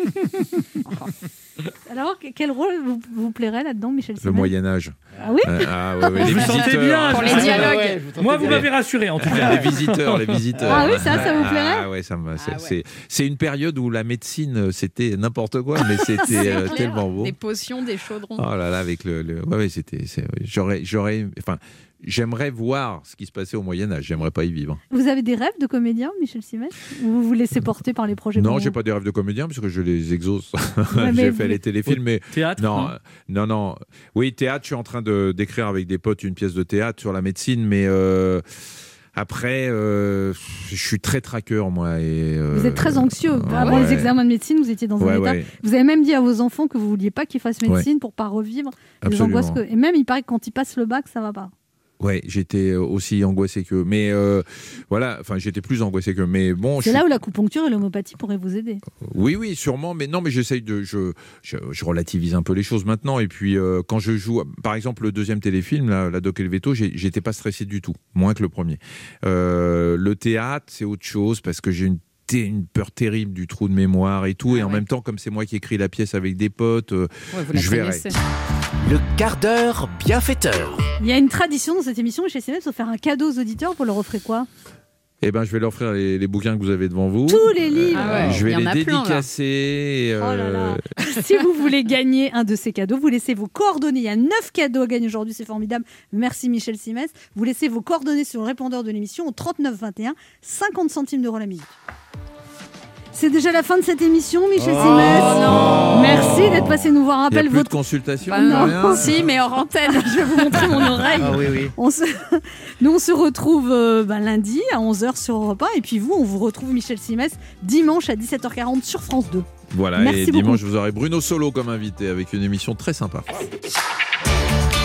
Speaker 2: Alors, quel rôle vous, vous plairait là-dedans, Michel Simès?
Speaker 10: Le Moyen-Âge.
Speaker 2: Ah oui
Speaker 10: euh, ah, ouais, ouais, les
Speaker 3: Vous sentez
Speaker 10: visiteurs.
Speaker 3: bien
Speaker 5: Pour les dialogues.
Speaker 4: Ouais, je vous
Speaker 3: Moi,
Speaker 4: sentais
Speaker 3: vous
Speaker 4: bien.
Speaker 3: m'avez rassuré en tout cas.
Speaker 10: Les visiteurs, les visiteurs.
Speaker 2: Ah oui, ça, ça vous plairait?
Speaker 10: Ah ouais, ça me, c'est,
Speaker 5: Ah ouais.
Speaker 10: c'est, c'est une période où la médecine, c'était n'importe quoi, mais c'était euh,
Speaker 5: Claire.
Speaker 10: tellement beau.
Speaker 5: Des potions, des chaudrons.
Speaker 10: Oh là là, avec le, le... ouais, ouais, c'était, c'est... j'aurais, j'aurais, enfin, j'aimerais voir ce qui se passait au Moyen Âge. J'aimerais pas y vivre.
Speaker 2: Vous avez des rêves de comédien, Michel Simès? Ou vous vous laissez porter par les projets?
Speaker 10: Non,
Speaker 2: pour
Speaker 10: j'ai
Speaker 2: vous
Speaker 10: pas des rêves de comédien parce que je les exauce.
Speaker 2: Ouais, mais
Speaker 10: j'ai
Speaker 2: vous-
Speaker 10: fait les téléfilms, mais
Speaker 3: Théâtre
Speaker 10: non,
Speaker 3: non
Speaker 10: euh, non, non. Oui, théâtre. Je suis en train de d'écrire avec des potes une pièce de théâtre sur la médecine, mais euh, après, euh, je suis très traqueur moi. Et, euh,
Speaker 2: Vous êtes très anxieux.
Speaker 10: euh,
Speaker 2: Avant
Speaker 10: ouais.
Speaker 2: les examens de médecine, vous étiez dans un
Speaker 10: Ouais,
Speaker 2: état.
Speaker 10: ouais.
Speaker 2: Vous avez même dit à vos enfants que vous vouliez pas qu'ils fassent médecine pour pas revivre les
Speaker 10: Absolument.
Speaker 2: angoisses. Que... Et même, il paraît que quand ils passent le bac, ça va pas.
Speaker 10: Ouais, j'étais aussi angoissé qu'eux. Mais euh, voilà, enfin, j'étais plus angoissé qu'eux. Mais bon, je
Speaker 2: C'est
Speaker 10: suis-
Speaker 2: là où l'acupuncture et l'homéopathie pourraient vous aider.
Speaker 10: Oui, oui, sûrement, mais non, mais j'essaye de, je, je, je relativise un peu les choses maintenant. Et puis, euh, quand je joue, par exemple, le deuxième téléfilm, la, la Doc et le Veto, j'ai- j'étais pas stressé du tout, moins que le premier. Euh, le théâtre, c'est autre chose parce que j'ai une té- une peur terrible du trou de mémoire et tout,
Speaker 5: Ah
Speaker 10: et en
Speaker 5: ouais.
Speaker 10: même temps, comme c'est moi qui écris la pièce avec des potes, euh,
Speaker 5: Ouais, vous la
Speaker 10: je verrai.
Speaker 5: connaissez.
Speaker 1: Le quart d'heure bienfaiteur.
Speaker 2: Il y a une tradition dans cette émission, Michel Simès, de faire un cadeau aux auditeurs. Vous leur offrez quoi?
Speaker 10: eh ben, je vais leur offrir les, les bouquins que vous avez devant vous.
Speaker 2: Tous les livres.
Speaker 5: Ah ouais,
Speaker 10: je vais
Speaker 5: il y en
Speaker 10: les
Speaker 5: a plein, là.
Speaker 10: dédicacer.
Speaker 2: Oh là là.
Speaker 10: euh,
Speaker 2: Si vous voulez gagner un de ces cadeaux, vous laissez vos coordonnées. Il y a neuf cadeaux à gagner aujourd'hui, c'est formidable. Merci Michel Simès. Vous laissez vos coordonnées sur le répondeur de l'émission au trente-neuf vingt et un, cinquante centimes d'euros la minute. C'est déjà la fin de cette émission, Michel
Speaker 10: Oh
Speaker 2: Simès.
Speaker 10: non.
Speaker 2: Merci d'être passé nous voir.
Speaker 10: Il n'y a
Speaker 2: Rappelle
Speaker 10: plus
Speaker 2: votre...
Speaker 10: de consultation.
Speaker 5: Bah
Speaker 2: Non.
Speaker 5: non, si, mais hors antenne.
Speaker 2: Je vais vous montrer mon oreille.
Speaker 4: Ah oui, oui.
Speaker 2: On se... Nous, on se retrouve euh, bah, lundi à onze heures sur Europe un. Et puis vous, on vous retrouve, Michel Simès, dimanche à dix-sept heures quarante sur France deux.
Speaker 10: Voilà,
Speaker 2: Merci
Speaker 10: et dimanche,
Speaker 2: beaucoup.
Speaker 10: vous aurez Bruno Solo comme invité avec une émission très sympa.